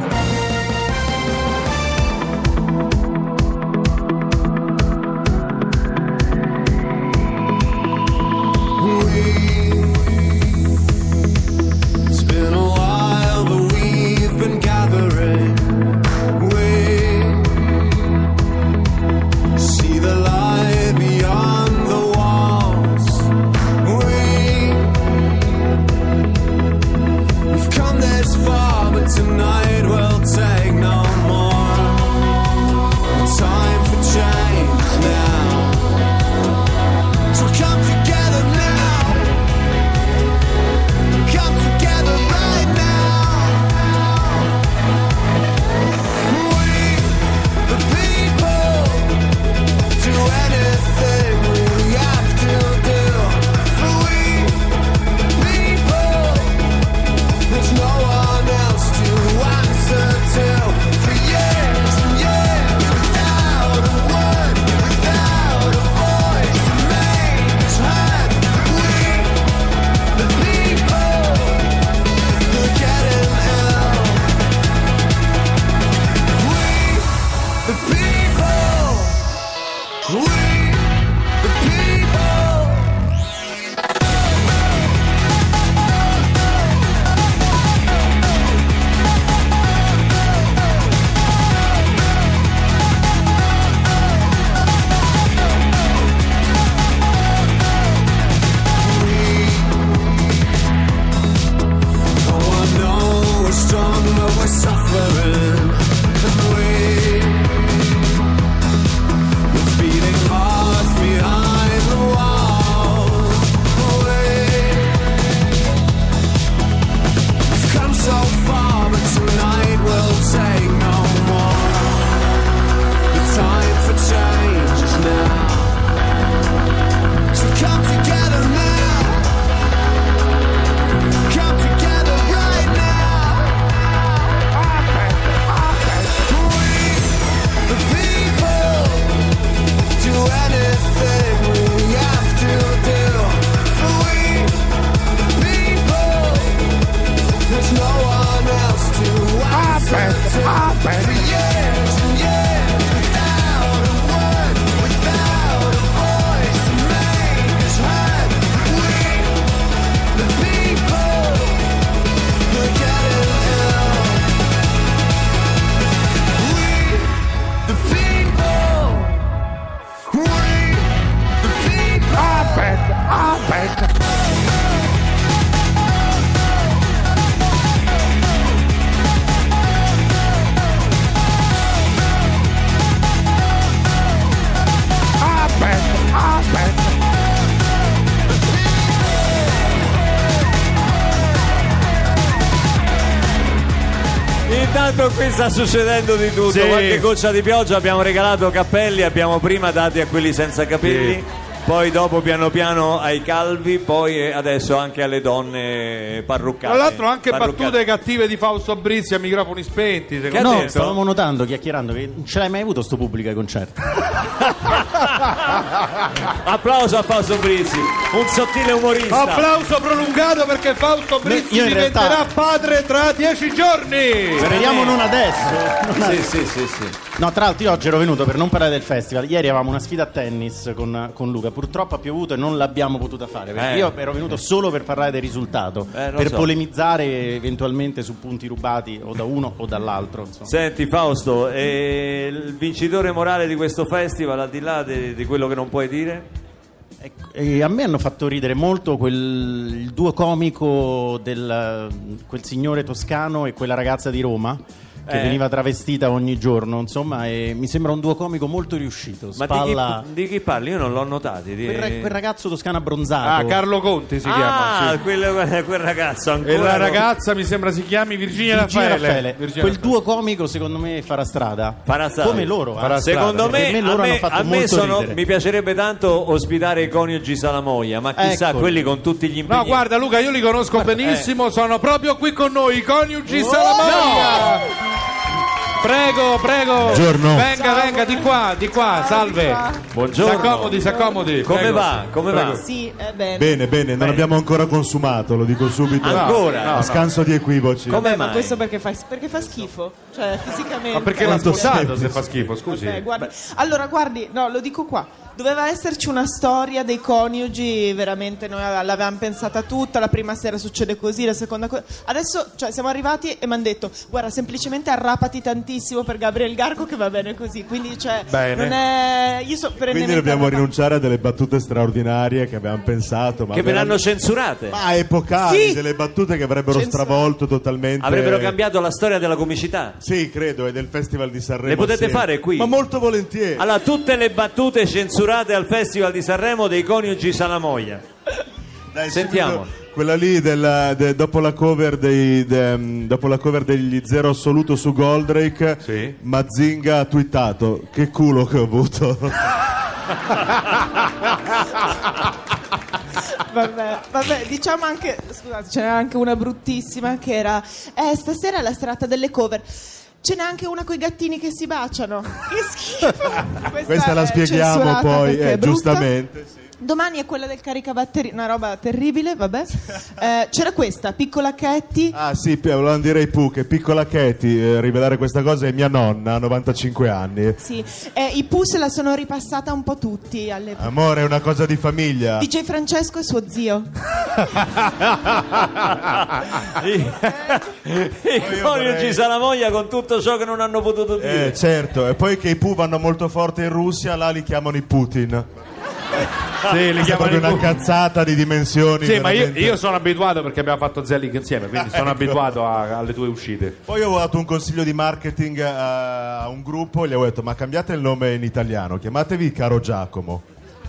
Tonight we'll take no more time for change now. So come together now. Come together right now. We, the people, do anything we have to do. For we, the people, there's no one else to answer to. For years and years without a word, without a voice to make us heard. We, the people, are getting ill. We, the people, the people. We're strong, but we're suffering, and we're beating hearts behind the walls. We've come so far, but tonight we'll take no more. The time for change is now. So come together now. Come together right now. The people do anything we have to do. For we, the people, there's no one else to answer to. For years and years without a word, without a voice to make us heard. We, the people, are getting ill. We, the people, Intanto qui sta succedendo di tutto, Sì. qualche goccia di pioggia, abbiamo regalato cappelli, abbiamo prima dati a quelli senza capelli, Sì. poi dopo piano piano ai calvi, poi adesso anche alle donne parruccate. Tra l'altro anche Parruccate. battute cattive di Fausto Brizzi a microfoni spenti, Che ha secondo No, me. detto? stavamo notando, chiacchierando, che non ce l'hai mai avuto sto pubblico ai concerti. Applauso a Fausto Brizzi, un sottile umorista. Applauso prolungato perché Fausto Brizzi Io in diventerà realtà- padre tra 10 giorni. Speriamo non adesso. Sì. No, tra l'altro io oggi ero venuto per non parlare del festival. Ieri avevamo una sfida a tennis con Luca. Purtroppo ha piovuto e non l'abbiamo potuta fare. Perché io ero venuto solo per parlare del risultato, lo per so. polemizzare eventualmente su punti rubati o da uno o dall'altro. Insomma. Senti Fausto, il vincitore morale di questo festival, al di là di quello che non puoi dire? E a me hanno fatto ridere molto il duo comico quel signore toscano e quella ragazza di Roma, che veniva travestita ogni giorno, insomma, e mi sembra un duo comico molto riuscito. Ma Spalla... di chi parli? Io non l'ho notato. Quel ragazzo toscano abbronzato. Carlo Conti si chiama. Sì. Quel ragazzo ancora. E la ragazza mi sembra si chiami Virginia Raffaele. Quel duo comico secondo me farà strada. Come loro. Secondo me, loro hanno fatto molto ridere. mi piacerebbe tanto ospitare i coniugi Salamoia, ma chissà, quelli con tutti gli impegni. No, guarda Luca, io li conosco benissimo, sono proprio qui con noi i coniugi Salamoia. Prego. Buongiorno. Venga, di qua, salve. Buongiorno. Si accomodi. Come va? Sì, bene. Bene, non abbiamo ancora consumato, lo dico subito. Ancora? A scanso di equivoci. Come mai? Ma questo perché fa schifo? Cioè, fisicamente. Ma perché l'ha sposato se fa schifo, scusi? Allora, guardi, no, lo dico qua. Doveva esserci una storia dei coniugi, veramente noi l'avevamo pensata tutta, la prima sera succede così, la seconda adesso, cioè, siamo arrivati e mi hanno detto, guarda, semplicemente arrapati tantissimo per Gabriel Garco che va bene così, quindi cioè, non è... Io so quindi dobbiamo rinunciare a delle battute straordinarie che avevamo pensato, ma che verranno censurate. Ma epocali, delle battute che avrebbero stravolto totalmente. Avrebbero cambiato la storia della comicità. Sì, credo, e del Festival di Sanremo. Le potete fare qui? Ma molto volentieri. Allora, tutte le battute censurate al Festival di Sanremo dei coniugi Salamoia. Dai, sentiamo. Quella lì dopo la cover degli Zero Assoluto su Goldrake, sì. Mazinga ha twittato: che culo che ho avuto. Vabbè, diciamo anche, scusate, ce n'era anche una bruttissima che era stasera è la serata delle cover. Ce n'è anche una coi gattini che si baciano. Che schifo. Questa la spieghiamo poi, giustamente. Sì. Domani è quella del caricabatterie, una roba terribile, vabbè. C'era questa, Piccola Katy. Ah sì, volevo dire ai Pooh che Piccola Katy, rivelare questa cosa, è mia nonna, ha 95 anni. Sì, i Pooh se la sono ripassata un po' tutti. Amore, è una cosa di famiglia. DJ Francesco e suo zio. I coniugi Salamoia con tutto ciò che non hanno potuto dire. Certo, e poi che i Pooh vanno molto forte in Russia, là li chiamano i Putin. Sì, li chiamano una cazzata di dimensioni. Sì, veramente. Ma io sono abituato perché abbiamo fatto Zelig insieme, quindi sono abituato alle tue uscite. Poi ho dato un consiglio di marketing a un gruppo e gli ho detto: ma cambiate il nome in italiano, chiamatevi Caro Giacomo.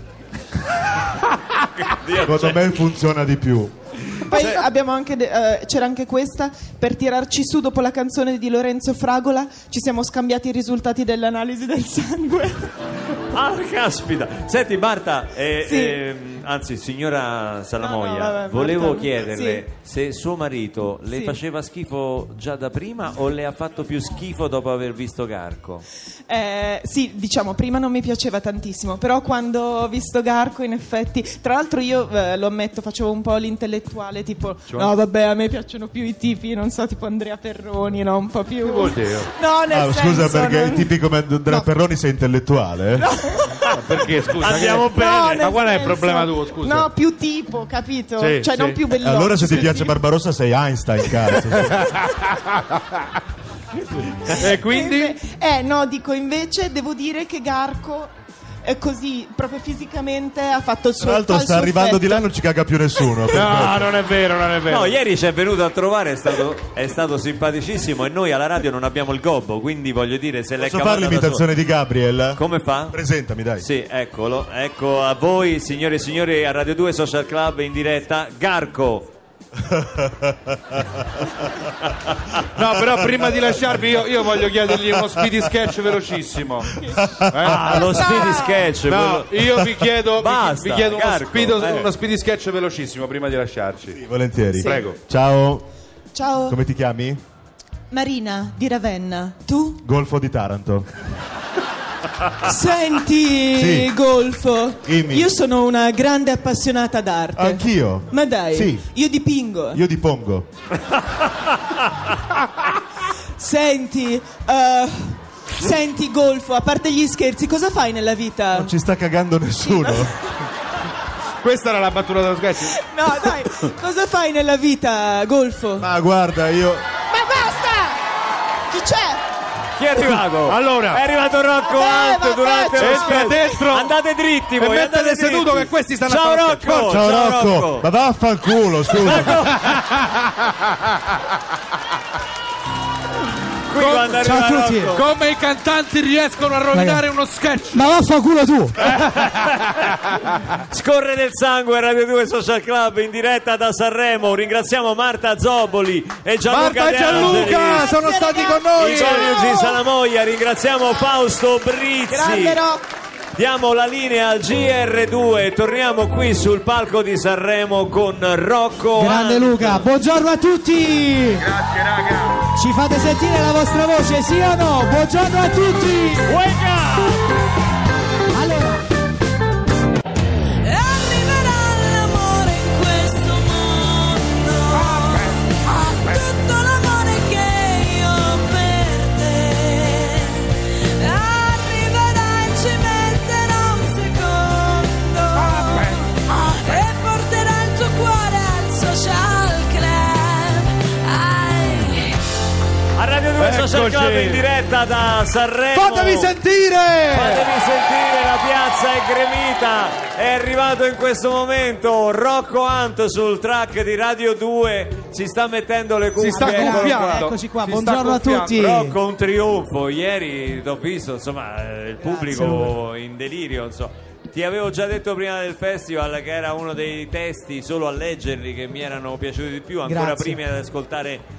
Secondo me funziona di più. Poi abbiamo anche c'era anche questa, per tirarci su dopo la canzone di Lorenzo Fragola ci siamo scambiati i risultati dell'analisi del sangue. Ah, caspita. Senti Marta, anzi signora Salamoia, volevo chiederle se suo marito le faceva schifo già da prima o le ha fatto più schifo dopo aver visto Garco? Sì, diciamo, prima non mi piaceva tantissimo, però quando ho visto Garco in effetti, tra l'altro io lo ammetto, facevo un po' l'intellettuale, tipo no vabbè, a me piacciono più i tipi, non so, tipo Andrea Perroni, no, un po' più... Che vuol dire? No, nel senso, scusa, perché i tipi come Andrea Perroni sei intellettuale? No. Perché scusa, andiamo bene. Ma qual è il problema tuo, scusa? No, più tipo, capito? Sì, cioè non più belloccio. Allora se ti piace Barbarossa sei Einstein, cazzo. E quindi? No, dico, invece devo dire che Garco è così, proprio fisicamente ha fatto il suo. Tra l'altro sta arrivando di là, non ci caga più nessuno. No, non è vero. No, ieri ci è venuto a trovare, è stato simpaticissimo, e noi alla radio non abbiamo il gobbo, quindi voglio dire, se l'è Posso cavata fare l'imitazione di Gabriel? Come fa? Presentami, dai. Sì, eccolo, ecco a voi signore e signori a Radio 2 Social Club in diretta, Garco. No, però prima di lasciarvi io voglio chiedergli uno speedy sketch velocissimo. Lo speedy sketch. No, io vi chiedo, Basta, vi chiedo Garco, uno speedy sketch velocissimo prima di lasciarci. Sì, volentieri. Sì. Prego. Ciao. Ciao. Come ti chiami? Marina di Ravenna. Tu? Golfo di Taranto. Senti, Sì. Golfo, Dimmi. io sono una grande appassionata d'arte. Anch'io. Ma dai, Sì. io dipingo. Io dipongo. Senti, Golfo, a parte gli scherzi, cosa fai nella vita? Non ci sta cagando nessuno. Questa era la battuta dello sketch? No, dai, cosa fai nella vita, Golfo? Ma guarda, io... Ma basta! Chi c'è? Chi è arrivato? Allora, è arrivato Rocco Hunt durante lo entra sketch. dentro. Andate dritti voi, e andate mettete seduto dritti. che questi stanno Ciao a fare Rocco. Ciao Rocco. Ma vaffanculo, scusa. qui quando arriva ciao a tutti. Rocco. Come i cantanti riescono a rovinare uno sketch. Ma vaffanculo tu. Scorre del sangue, Radio 2 Social Club in diretta da Sanremo. Ringraziamo Marta Zobboli e Gianluca Marta e De Angelis. Gianluca sono stati con noi. I coniugi Salamoia. Ringraziamo Fausto Brizzi. Grande Rocco. Diamo la linea al GR2. Torniamo qui sul palco di Sanremo con Rocco. Grande Hunt. Luca, buongiorno a tutti. Grazie raga. Ci fate sentire la vostra voce, sì o no? Buongiorno a tutti. Wake up! Allora, Arriverà l'amore in questo mondo, tutto l'amore che io ho per te. Arriverà e ci metterà un secondo e porterà il tuo cuore al social club. A Radio 2 Social Eccoci. Club in diretta da Sanremo. Fatevi sentire. Fatevi sentire, la piazza è gremita. È arrivato in questo momento Rocco Hunt sul track di Radio 2. Si sta mettendo le cuffie. Si sta Eccolo gonfiando. eccoci qua, Si buongiorno sta a tutti. Rocco, un trionfo. Ieri t'ho visto, insomma, il pubblico in delirio, insomma. Ti avevo già detto prima del festival che era uno dei testi, solo a leggerli, che mi erano piaciuti di più, ancora Grazie. prima di ascoltare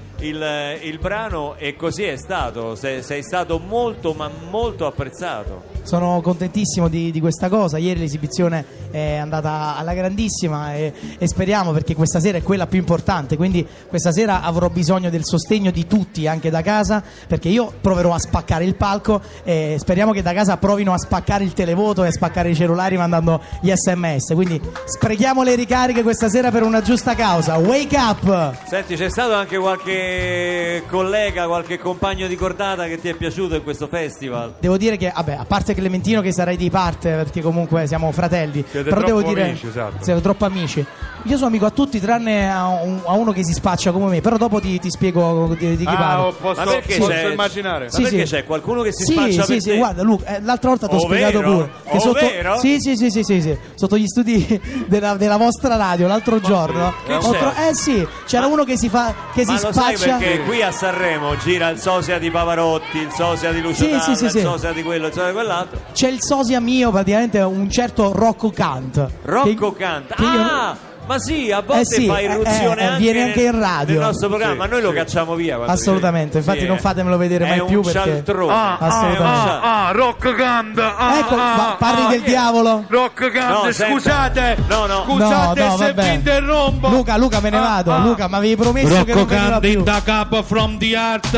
il brano, e così è stato. Sei stato molto ma molto apprezzato. sono contentissimo di questa cosa. Ieri l'esibizione è andata alla grandissima e speriamo, perché questa sera è quella più importante, quindi questa sera avrò bisogno del sostegno di tutti, anche da casa, perché io proverò a spaccare il palco e speriamo che da casa provino a spaccare il televoto e a spaccare i cellulari mandando gli SMS. Quindi sprechiamo le ricariche questa sera per una giusta causa. Wake up! Senti, c'è stato anche qualche collega, qualche compagno di cordata che ti è piaciuto in questo festival? Devo dire che, vabbè, a parte Clementino, che sarai di parte perché comunque siamo fratelli, Siete però devo troppo dire, amici, esatto. siete troppo amici. Io sono amico a tutti tranne a uno che si spaccia come me, però dopo ti spiego di chi parlo. Ma perché posso c'è, immaginare? Ma Sì, perché sì. c'è qualcuno che si Sì, spaccia sì, per sì, te? guarda Luca, l'altra volta ti ho spiegato Ovvero? pure che Ovvero? sì, sotto gli studi della vostra radio l'altro giorno Che c'è? sì, c'era uno che si fa che Ma si lo sai spaccia. perché qui a Sanremo gira il sosia di Pavarotti, il sosia di Lucio Dalla, sì, il sì. sosia di quello, il sosia di quell'altro. C'è il sosia mio, praticamente un certo Rocco Hunt. Rocco canta. che io- Ah! Ma sì, a volte sì, fa irruzione anche, viene anche in radio. nel nostro programma, Sì, ma noi lo sì. cacciamo via quando Assolutamente, viene. infatti non fatemelo vedere mai è più un perché cialtrone. assolutamente. Rock Gand. Ecco, ma parli del diavolo? Rock Gand, No, senta. scusate. No, no. Scusate No, se vabbè. vi interrompo. Luca, me ne vado. Luca, mi avevi promesso che non veniva Gand in più. the cup from the art.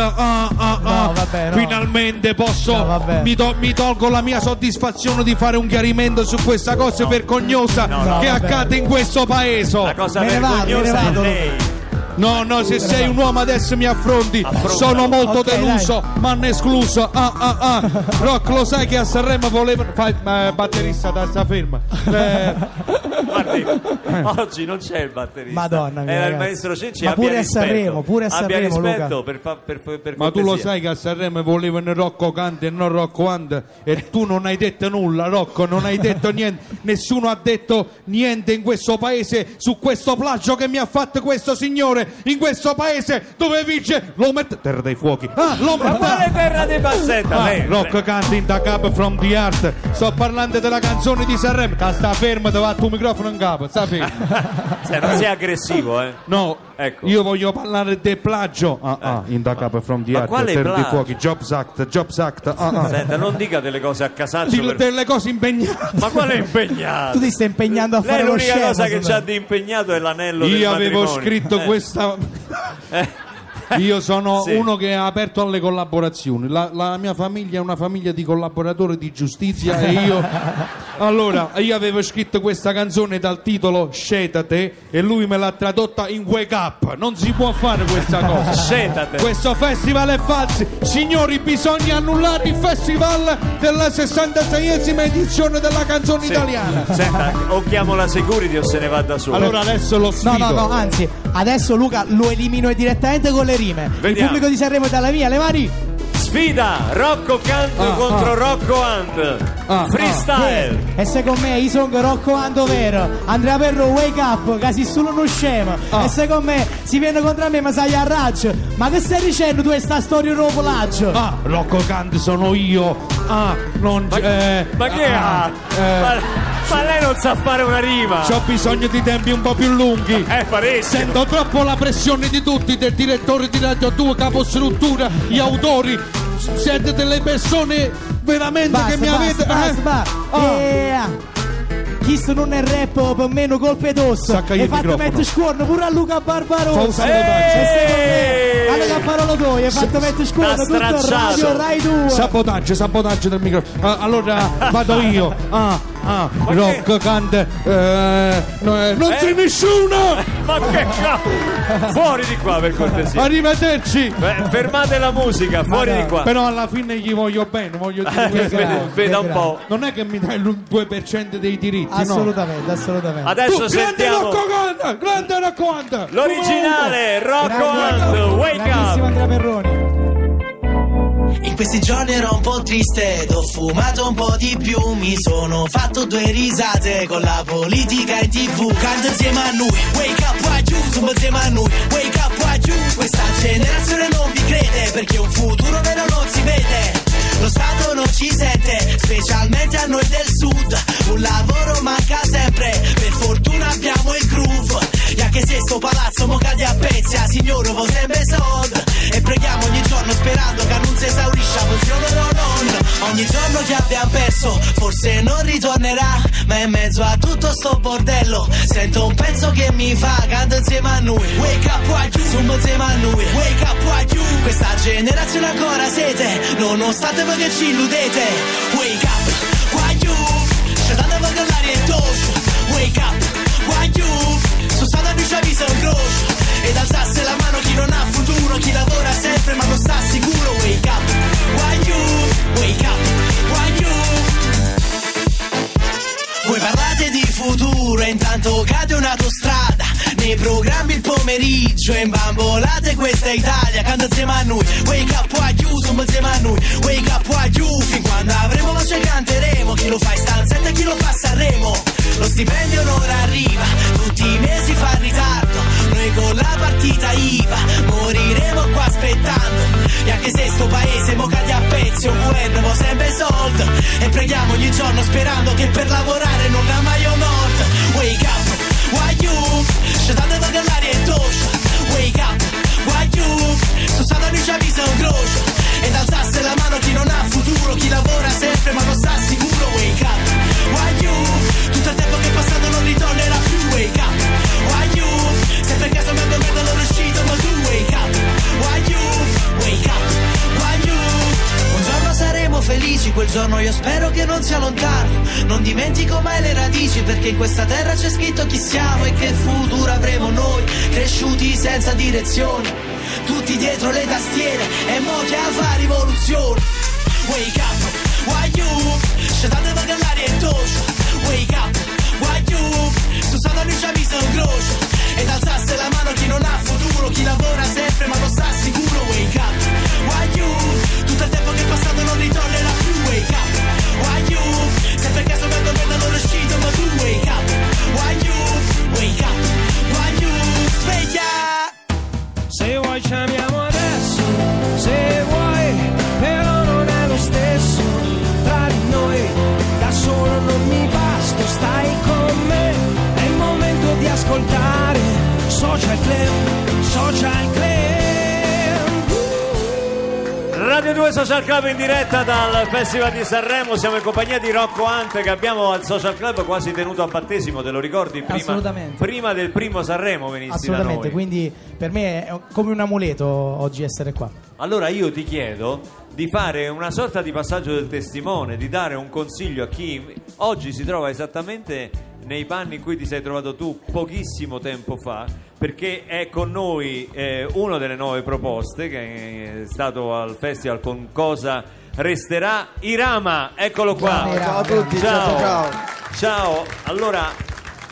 No, vabbè, no. Finalmente posso. No, vabbè. Mi tolgo la mia soddisfazione di fare un chiarimento su questa cosa vergognosa no, che vabbè. accade in questo paese. La cosa Me ne vado, vergognosa me ne è vado. lei. No, se sei un uomo adesso mi affronti. Affronta. Sono molto Ok, deluso, ma hanno escluso. Rock, lo sai che a Sanremo volevano. Batterista, sta ferma. Guardi, oggi non c'è il batterista. Madonna mia, era il ragazzi. maestro Cenci. Ma abbia pure a rispetto. Sanremo, pure a Abbia Sanremo, rispetto Luca. per Ma tu lo cortesia. sai che a Sanremo volevano Rocco Cante e non Rocco Hunt, e tu non hai detto nulla, Rocco, non hai detto niente. Nessuno ha detto niente in questo paese su questo plagio che mi ha fatto questo signore in questo paese dove vince l'Omertà. Terra dei fuochi. Ma quale terra di Bassetta? lei? Rock Cante in the cup from the art. Sto parlando della canzone di Sanremo. Sta fermo, ti va il tuo microfono in capo. Sta fermo. Non sei aggressivo, eh? No, Ecco. io voglio parlare del plagio. In the cup from the Ma art. quale Terra dei plagio? fuochi. Jobs Act. Senta, non dica delle cose a casaccio. Delle cose impegnate. Ma quale impegnato? Tu ti stai impegnando a Lei fare lo l'unica scemo. cosa che secondo c'ha me. di impegnato è l'anello del Io avevo matrimonio. scritto questa. Io sono Sì. uno che è aperto alle collaborazioni. La mia famiglia è una famiglia di collaboratori di giustizia e io avevo scritto questa canzone dal titolo Scetate e lui me l'ha tradotta in Wake Up. Non si può fare questa cosa. Scetate. Questo festival è falso. Signori, bisogna annullare il festival della 66esima edizione della canzone Sì. italiana. Senta, o chiamo la security o se ne va da solo. Allora adesso lo sfido. No, anzi, adesso Luca lo elimino direttamente con le rime. Il Vediamo. pubblico di Sanremo è dalla mia, le mani. Sfida Rocco Kant contro Rocco Hunt. Freestyle. E secondo me i sono Rocco Hunt vero. Andrea Perro wake up, che si solo non scema. E secondo me si viene contro me ma sai a raggio. Ma che stai dicendo tu questa storia dopo laggio? Rocco Kant sono io. Non ma che ha? Ma lei non sa fare una rima. C'ho bisogno di tempi un po' più lunghi. Parecchio. Sento troppo la pressione di tutti, del direttore di Radio 2, capostruttura, gli autori. Siete delle persone veramente che mi avete. Questo non è rap, per meno colpe d'osso. Hai fatto mettere scuorno pure a Luca Barbarossa. Allora la parola tua, hai fatto mettere scuorno tutto il radio Rai 2. Sabotaggio del microfono. Allora vado io. Rocco Kant. Non sei nessuno! Ma che fuori di qua per cortesia. Arrivederci. Fermate la musica, fuori di qua. Però alla fine gli voglio bene, voglio dire. Veda un po'. Non è che mi dai il 2% dei diritti. Assolutamente. Adesso sentiamo grande Rocco Hunt. L'originale Rocco Hunt. Wake up. Andrea Perroni. In questi giorni ero un po' triste ed ho fumato un po' di più. Mi sono fatto 2 risate con la politica in TV. Canto insieme a noi, wake up qua giù. Zumba insieme a noi, wake up qua giù. Questa generazione non vi crede, perché un futuro vero non si vede. Lo Stato non ci sente, specialmente a noi del sud. Un lavoro manca sempre, per fortuna abbiamo il groove. E anche se sto palazzo mo cade a pezzi, a signore vo sempre soldi. E preghiamo ogni giorno sperando che non si esaurisce la funzione o non. Ogni giorno che abbiamo perso, forse non ritornerà. Ma in mezzo a tutto sto bordello, sento un pezzo che mi fa, canta insieme a noi. Wake up qua giù, zumba insieme a noi. Wake up qua giù, questa generazione ancora siete, nonostante voi che ci illudete. Wake up qua giù, scetate voi che l'aria è toscia. Wake up qua giù, su stata più ci avvisa un croce. Ed alzasse la mano chi non ha futuro, chi lavora sempre ma non sta sicuro. Wake up qua giù, wake up qua giù. Voi parlate di futuro e intanto cade un'autostrada. Nei programmi il pomeriggio e imbambolate questa Italia. Canta insieme a noi, wake up qua giù, zumba insieme a noi, wake up qua giù. Fin quando avremo voce canteremo, chi lo fa in stanzetta e chi lo fa a Sanremo. Lo stipendio non arriva, tutti i mesi fa ritardo. Noi con la partita IVA moriremo qua aspettando. E anche se sto paese mo cade a pezzi, un governo mo sempre soldi. E preghiamo ogni giorno sperando che per lavorare non ha mai un nord. Wake up, why you? Scetate voi che l'aria è toscia. Wake up, why you? Su stata lui ci avvisa un croce. Ed alzasse la mano chi non ha futuro, chi lavora sempre ma non sta sicuro. Wake up, why you? Tutto il tempo che è passato non ritornerà più. Wake up, why you? Se per caso mi addormento non è uscito ma tu. Wake up, why you? Wake up, why you? Un giorno saremo felici, quel giorno io spero che non sia lontano. Non dimentico mai le radici, perché in questa terra c'è scritto chi siamo e che futuro avremo noi, cresciuti senza direzione, tutti dietro le tastiere e mo che fa rivoluzione. Wake up, why you? Scetate voi che l'aria è toscia. Wake up, why you? Su stata lui ci avvisa un croce. Ed alzasse la mano chi non ha futuro, chi lavora sempre ma non sta sicuro. Wake up, why you? Tutto il tempo che è passato non ritornerà più. Wake up, why you? Se per caso mi addormento non è uscito ma tu. Wake up, why you? Wake up, why you? Sveglia. Se vuoi ci amiamo adesso, se vuoi, però non è lo stesso tra di noi. Da solo non mi basto, stai con me. È il momento di ascoltare Social Club, Social Club. Radio 2 Social Club in diretta dal Festival di Sanremo. Siamo in compagnia di Rocco Hunt che abbiamo al Social Club quasi tenuto a battesimo, te lo ricordi? Prima del primo Sanremo venissi da noi. Quindi per me è come un amuleto oggi essere qua. Allora io ti chiedo di fare una sorta di passaggio del testimone, di dare un consiglio a chi oggi si trova esattamente nei panni in cui ti sei trovato tu pochissimo tempo fa, perché è con noi una delle nuove proposte che è stato al festival con Cosa Resterà, Irama, eccolo qua. Ciao a tutti, ciao. Ciao. Allora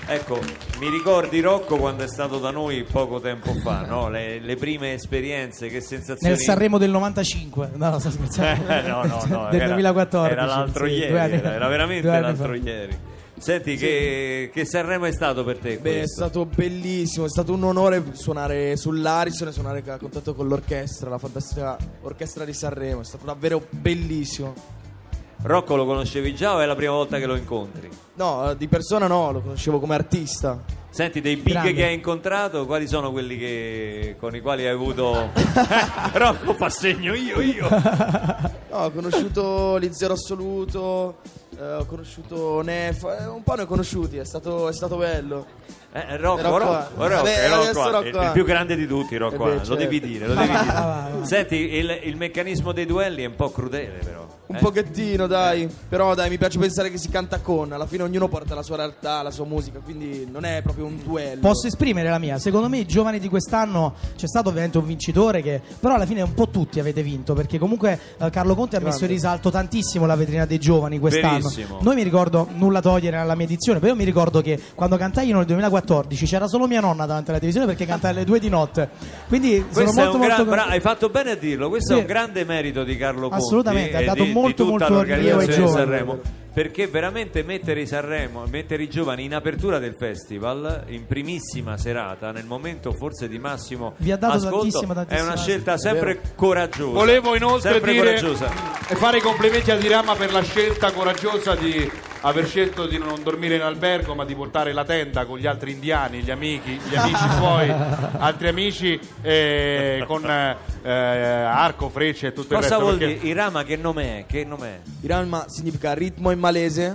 Ecco, mi ricordi Rocco quando è stato da noi poco tempo fa, no? Le prime esperienze, che sensazioni? Nel Sanremo del 95, no, sto scherzando. No, del 2014. Era l'altro sì, ieri, era veramente 2 anni l'altro fa. ieri. Senti, che Sanremo è stato per te? Beh, è questo? stato bellissimo, è stato un onore suonare sull'Ariston e suonare a contatto con l'orchestra, la fantastica orchestra di Sanremo, è stato davvero bellissimo. Rocco lo conoscevi già o è la prima volta che lo incontri? No, di persona no, lo conoscevo come artista. Senti, dei big Grande. che hai incontrato, quali sono quelli con i quali hai avuto... Rocco fa segno, io. No, ho conosciuto Li Zero Assoluto, ho conosciuto Nef, un po' ne ho conosciuti, è stato bello. Rocco Rocco, il più grande di tutti, Rocco, beh, lo certo. devi dire, lo devi dire. Senti, il meccanismo dei duelli è un po' crudele, però. Un pochettino, dai. Però dai, mi piace pensare che si canta con. Alla fine ognuno porta la sua realtà, la sua musica, quindi non è proprio un duello. Posso esprimere la mia? Secondo me i giovani di quest'anno c'è stato ovviamente un vincitore però alla fine un po' tutti avete vinto, perché comunque Carlo Conte ha messo in risalto tantissimo la vetrina dei giovani quest'anno. Verissimo. Noi mi ricordo, nulla togliere alla mia edizione, però io mi ricordo che quando cantai io nel 2014 c'era solo mia nonna davanti alla televisione perché cantai alle 2 di notte. Quindi Questo sono molto hai fatto bene a dirlo, questo è un grande merito di Carlo Conti. Assolutamente, ha e dato di molto, tutta molto rilievo ai l'organizzazione di giovani. Sanremo, perché veramente mettere i giovani in apertura del festival, in primissima serata, nel momento forse di massimo Vi ha dato ascolto, tantissima è una scelta sempre coraggiosa. Volevo inoltre sempre dire coraggiosa. e fare i complimenti a Dirama per la scelta coraggiosa di aver scelto di non dormire in albergo, ma di portare la tenda con gli altri indiani, gli amici suoi, altri amici, con arco, frecce e tutto il Cosa resto. vuol perché- dire? Irama che nome è? Che nome è? Irama significa ritmo in malese.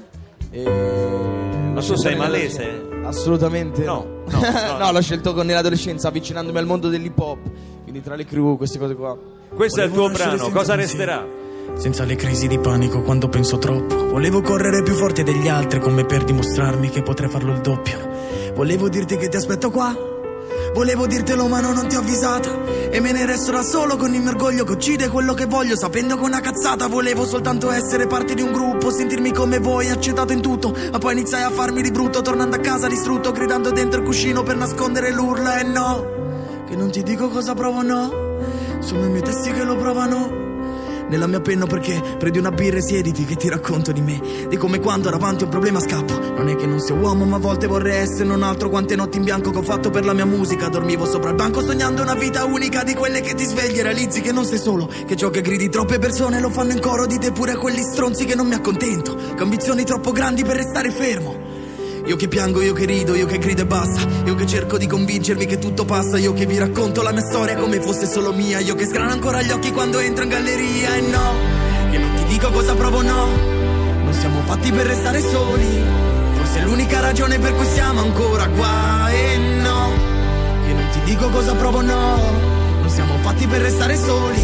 Ma tu sei malese? Assolutamente No. no, l'ho scelto nell'adolescenza, avvicinandomi al mondo dell'hip hop. Quindi tra le crew, queste cose qua. Questo è il tuo Volevo nascere brano, senza cosa pensieri, resterà? Senza le crisi di panico quando penso troppo. Volevo correre più forte degli altri come per dimostrarmi che potrei farlo il doppio. Volevo dirti che ti aspetto qua. Volevo dirtelo ma non ti ho avvisata. E me ne resto da solo con il mio orgoglio che uccide quello che voglio, sapendo che è una cazzata. Volevo soltanto essere parte di un gruppo, sentirmi come voi, accettato in tutto. Ma poi iniziai a farmi di brutto, tornando a casa distrutto, gridando dentro il cuscino per nascondere l'urla. E no, che non ti dico cosa provo, no. Sono i miei testi che lo provano nella mia penna, perché prendi una birra e siediti che ti racconto di me, di come quando davanti a un problema scappo. Non è che non sia uomo, ma a volte vorrei essere non altro. Quante notti in bianco che ho fatto per la mia musica. Dormivo sopra il banco sognando una vita unica, di quelle che ti svegli e realizzi che non sei solo, che ciò che gridi troppe persone lo fanno in coro. Dite pure a quelli stronzi che non mi accontento, che ambizioni troppo grandi per restare fermo. Io che piango, io che rido, io che grido e basta. Io che cerco di convincermi che tutto passa. Io che vi racconto la mia storia come fosse solo mia. Io che sgrano ancora gli occhi quando entro in galleria. E no, che non ti dico cosa provo, no. Non siamo fatti per restare soli. Forse è l'unica ragione per cui siamo ancora qua. E no, che non ti dico cosa provo, no. Non siamo fatti per restare soli.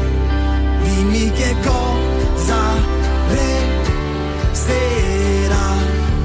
Dimmi che cosa resterà.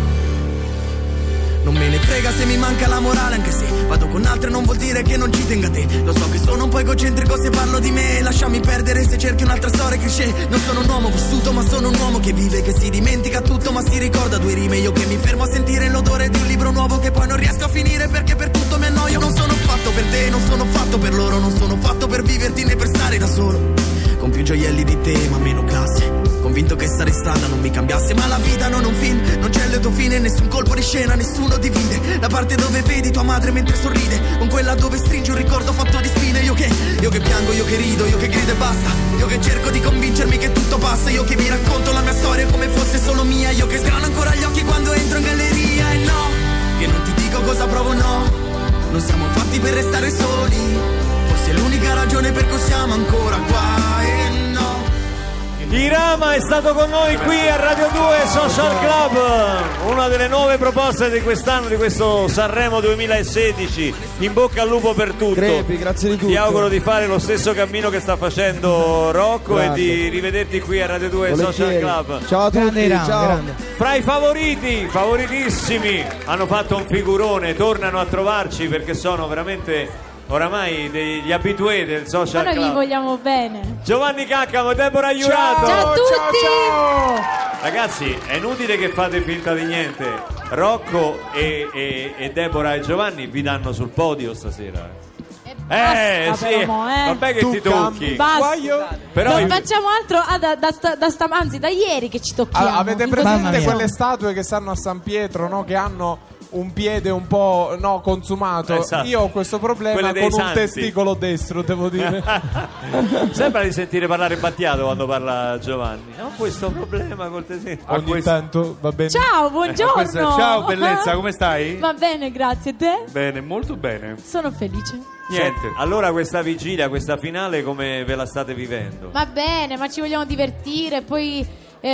Non me ne frega se mi manca la morale, anche se vado con altre non vuol dire che non ci tenga a te. Lo so che sono un po' egocentrico se parlo di me. Lasciami perdere se cerchi un'altra storia cliché. Non sono un uomo vissuto ma sono un uomo che vive, che si dimentica tutto ma si ricorda 2 rime. Io che mi fermo a sentire l'odore di un libro nuovo che poi non riesco a finire perché per tutto mi annoio. Non sono fatto per te, non sono fatto per loro, non sono fatto per viverti né per stare da solo. Con più gioielli di te ma meno classe, convinto che stare in strada non mi cambiasse. Ma la vita non è un film, non c'è lieto fine, nessun colpo di scena, nessuno divide la parte dove vedi tua madre mentre sorride con quella dove stringi un ricordo fatto di spine. Io che piango, io che rido, io che grido e basta. Io che cerco di convincermi che tutto passa. Io che vi racconto la mia storia come fosse solo mia. Io che sgrano ancora gli occhi quando entro in galleria. E no, che non ti dico cosa provo, no. Non siamo fatti per restare soli. Forse è l'unica ragione per cui siamo ancora qua. E no, Irama è stato con noi qui a Radio 2 Social Club, una delle nuove proposte di quest'anno, di questo Sanremo 2016. In bocca al lupo per tutto. Crepi, grazie di tutto. Ti auguro di fare lo stesso cammino che sta facendo Rocco e di rivederti qui a Radio 2 Social Club. Ciao a tutti, ciao. Fra i favoriti, favoritissimi, hanno fatto un figurone, tornano a trovarci perché sono veramente oramai degli abitué del Social Ma noi Club. vi vogliamo bene. Giovanni Caccamo e Deborah Jurato. Ciao a tutti. Ragazzi, è inutile che fate finta di niente. Rocco e Deborah e Giovanni vi danno sul podio stasera. Basta, sì, però, vabbè che Tu ti tocchi. Basta. Però Non facciamo altro anzi da ieri che ci tocchiamo. Avete In questo presente momento. quelle statue che stanno a San Pietro, no? Che hanno un piede un po' consumato? Esatto. Io ho questo problema Quelle con dei un santi. testicolo destro, devo dire. Sembra di sentire parlare Battiato quando parla Giovanni. Ho questo problema col testicolo. Ogni tanto va bene. Ciao, buongiorno. Ciao bellezza, come stai? Va bene, grazie. Te? Bene, molto bene. Sono felice. Niente. Allora questa vigilia, questa finale come ve la state vivendo? Va bene, ma ci vogliamo divertire, poi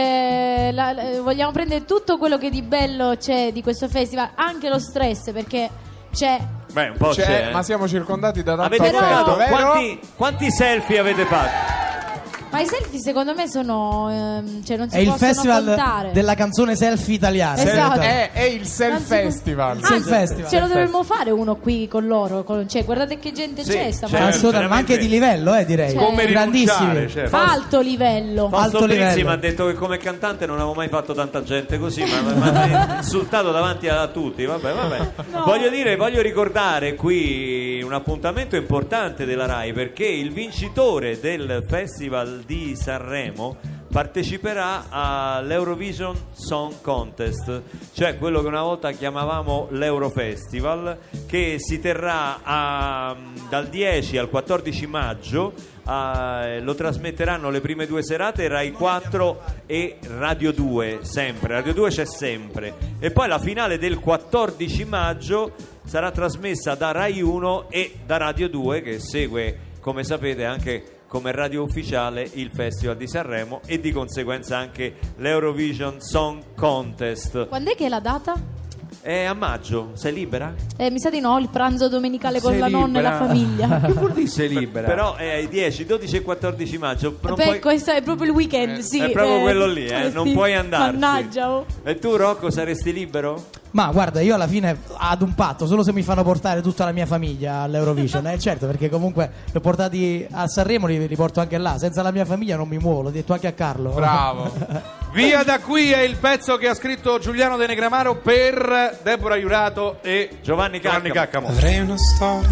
vogliamo prendere tutto quello che di bello c'è di questo festival, anche lo stress, perché c'è. Beh, un po' c'è. Ma siamo circondati da tanto Avete affetto, fatto vero? quanti selfie avete fatto? Ma i selfie secondo me sono cioè non si È il possono festival contare. della canzone selfie italiana. Esatto. È il Self Non si- Festival. Il Self Festival. Ce lo dovremmo fare uno qui con loro, cioè guardate che gente Sì, c'è stamattina. certo. Assolutamente, ma anche di livello, direi. Cioè, Come grandissimi. certo. Alto livello. Fausto Alto Brizzi livello. mi ha detto che come cantante non avevo mai fatto tanta gente così, ma mi ha insultato davanti a tutti. Vabbè. Voglio ricordare qui un appuntamento importante della RAI, perché il vincitore del Festival di Sanremo parteciperà all'Eurovision Song Contest, cioè quello che una volta chiamavamo l'Eurofestival, che si terrà dal 10 al 14 maggio. Lo trasmetteranno le prime due serate Rai 4 e Radio 2, sempre Radio 2 c'è sempre, e poi la finale del 14 maggio sarà trasmessa da Rai 1 e da Radio 2, che segue, come sapete, anche come radio ufficiale il Festival di Sanremo e di conseguenza anche l'Eurovision Song Contest. Quando è che è la data? È a maggio, sei libera? Mi sa di no, il pranzo domenicale con Sei la nonna e la libera? famiglia. Che vuol dire sei libera? Però è ai 10, 12 e 14 maggio. Non Beh, puoi- questo è proprio il weekend, sì. è proprio quello lì, non sì. puoi andarci. Mannaggia, oh. E tu, Rocco, saresti libero? Ma guarda, io alla fine ad un patto, solo se mi fanno portare tutta la mia famiglia all'Eurovision, certo, perché comunque li ho portati a Sanremo, li porto anche là. Senza la mia famiglia non mi muovo, l'ho detto anche a Carlo. Bravo. Via da qui è il pezzo che ha scritto Giuliano De Negramaro per Deborah Iurato e Giovanni Caccamo. Avrei una storia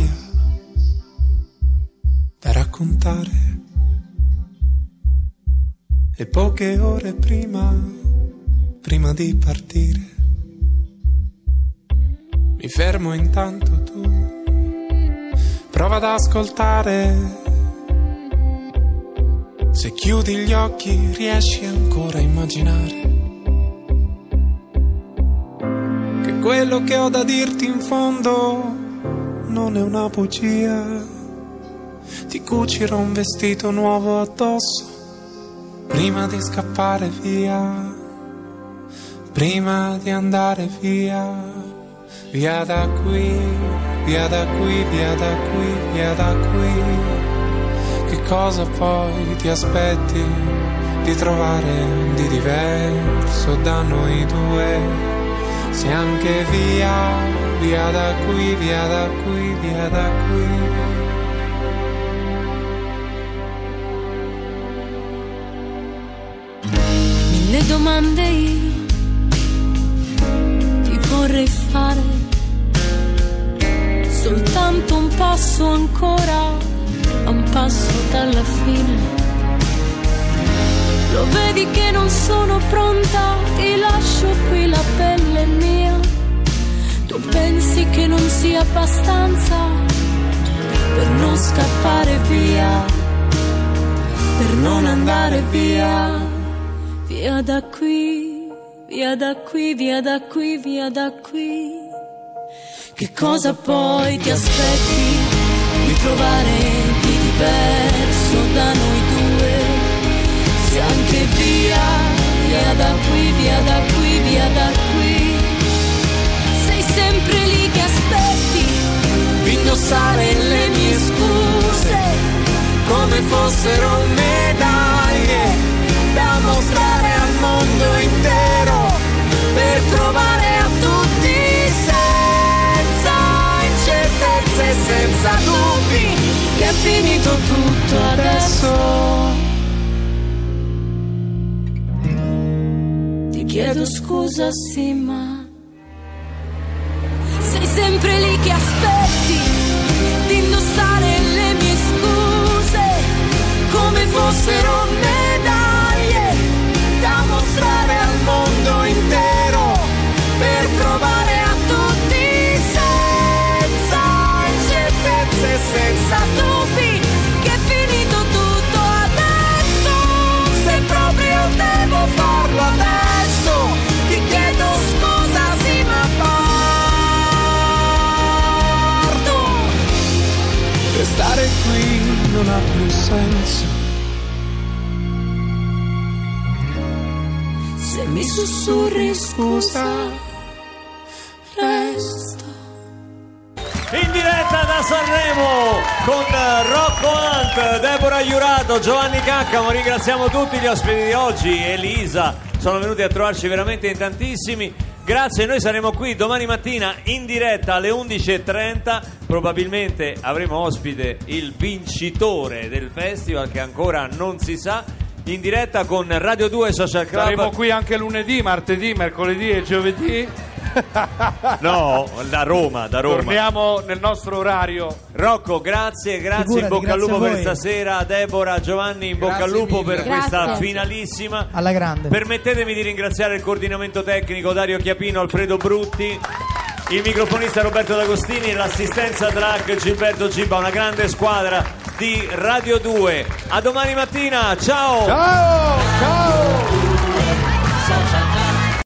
da raccontare e poche ore prima di partire mi fermo intanto tu prova ad ascoltare. Se chiudi gli occhi riesci ancora a immaginare che quello che ho da dirti in fondo non è una bugia. Ti cucirò un vestito nuovo addosso prima di scappare via, prima di andare via, via da qui, via da qui, via da qui, via da qui. Che cosa poi ti aspetti di trovare di diverso da noi due? Se anche via, via da qui, via da qui, via da qui. Mille domande io ti vorrei fare, soltanto un passo ancora, a un passo dalla fine. Lo vedi che non sono pronta, ti lascio qui la pelle mia. Tu pensi che non sia abbastanza per non scappare via, per non andare via. Via da qui, via da qui, via da qui, via da qui. Che cosa poi ti aspetti di trovare di diverso da noi due? Se anche via, via da qui, via da qui, via da qui. Sei sempre lì che aspetti di indossare le mie scuse come fossero medaglie da mostrare al mondo intero, per provare a tutti senza incertezze, senza dubbi, che è finito tutto adesso. Ti chiedo scusa, sì, ma fossero medaglie da mostrare al mondo intero, per provare a tutti senza incertezze, senza dubbi, che è finito tutto adesso. Se proprio devo farlo adesso, ti chiedo scusa, sì, ma parto. Restare qui non ha più senso. Se mi sussurri scusa, resto. In diretta da Sanremo con Rocco Hunt, Deborah Jurato, Giovanni Caccamo. Ringraziamo tutti gli ospiti di oggi. Elisa, sono venuti a trovarci veramente in tantissimi. Grazie, noi saremo qui domani mattina in diretta alle 11:30. Probabilmente avremo ospite il vincitore del festival, che ancora non si sa, in diretta con Radio 2 Social Club. Saremo qui anche lunedì, martedì, mercoledì e giovedì. No, da Roma. Torniamo nel nostro orario. Rocco, grazie, Figurati, in bocca al lupo grazie a per voi. stasera. Deborah, Giovanni, in bocca al lupo per questa finalissima. Alla grande. Permettetemi di ringraziare il coordinamento tecnico Dario Chiapino, Alfredo Brutti, il microfonista Roberto D'Agostini e l'assistenza track Gilberto Giba, una grande squadra di Radio 2. A domani mattina, ciao! Ciao!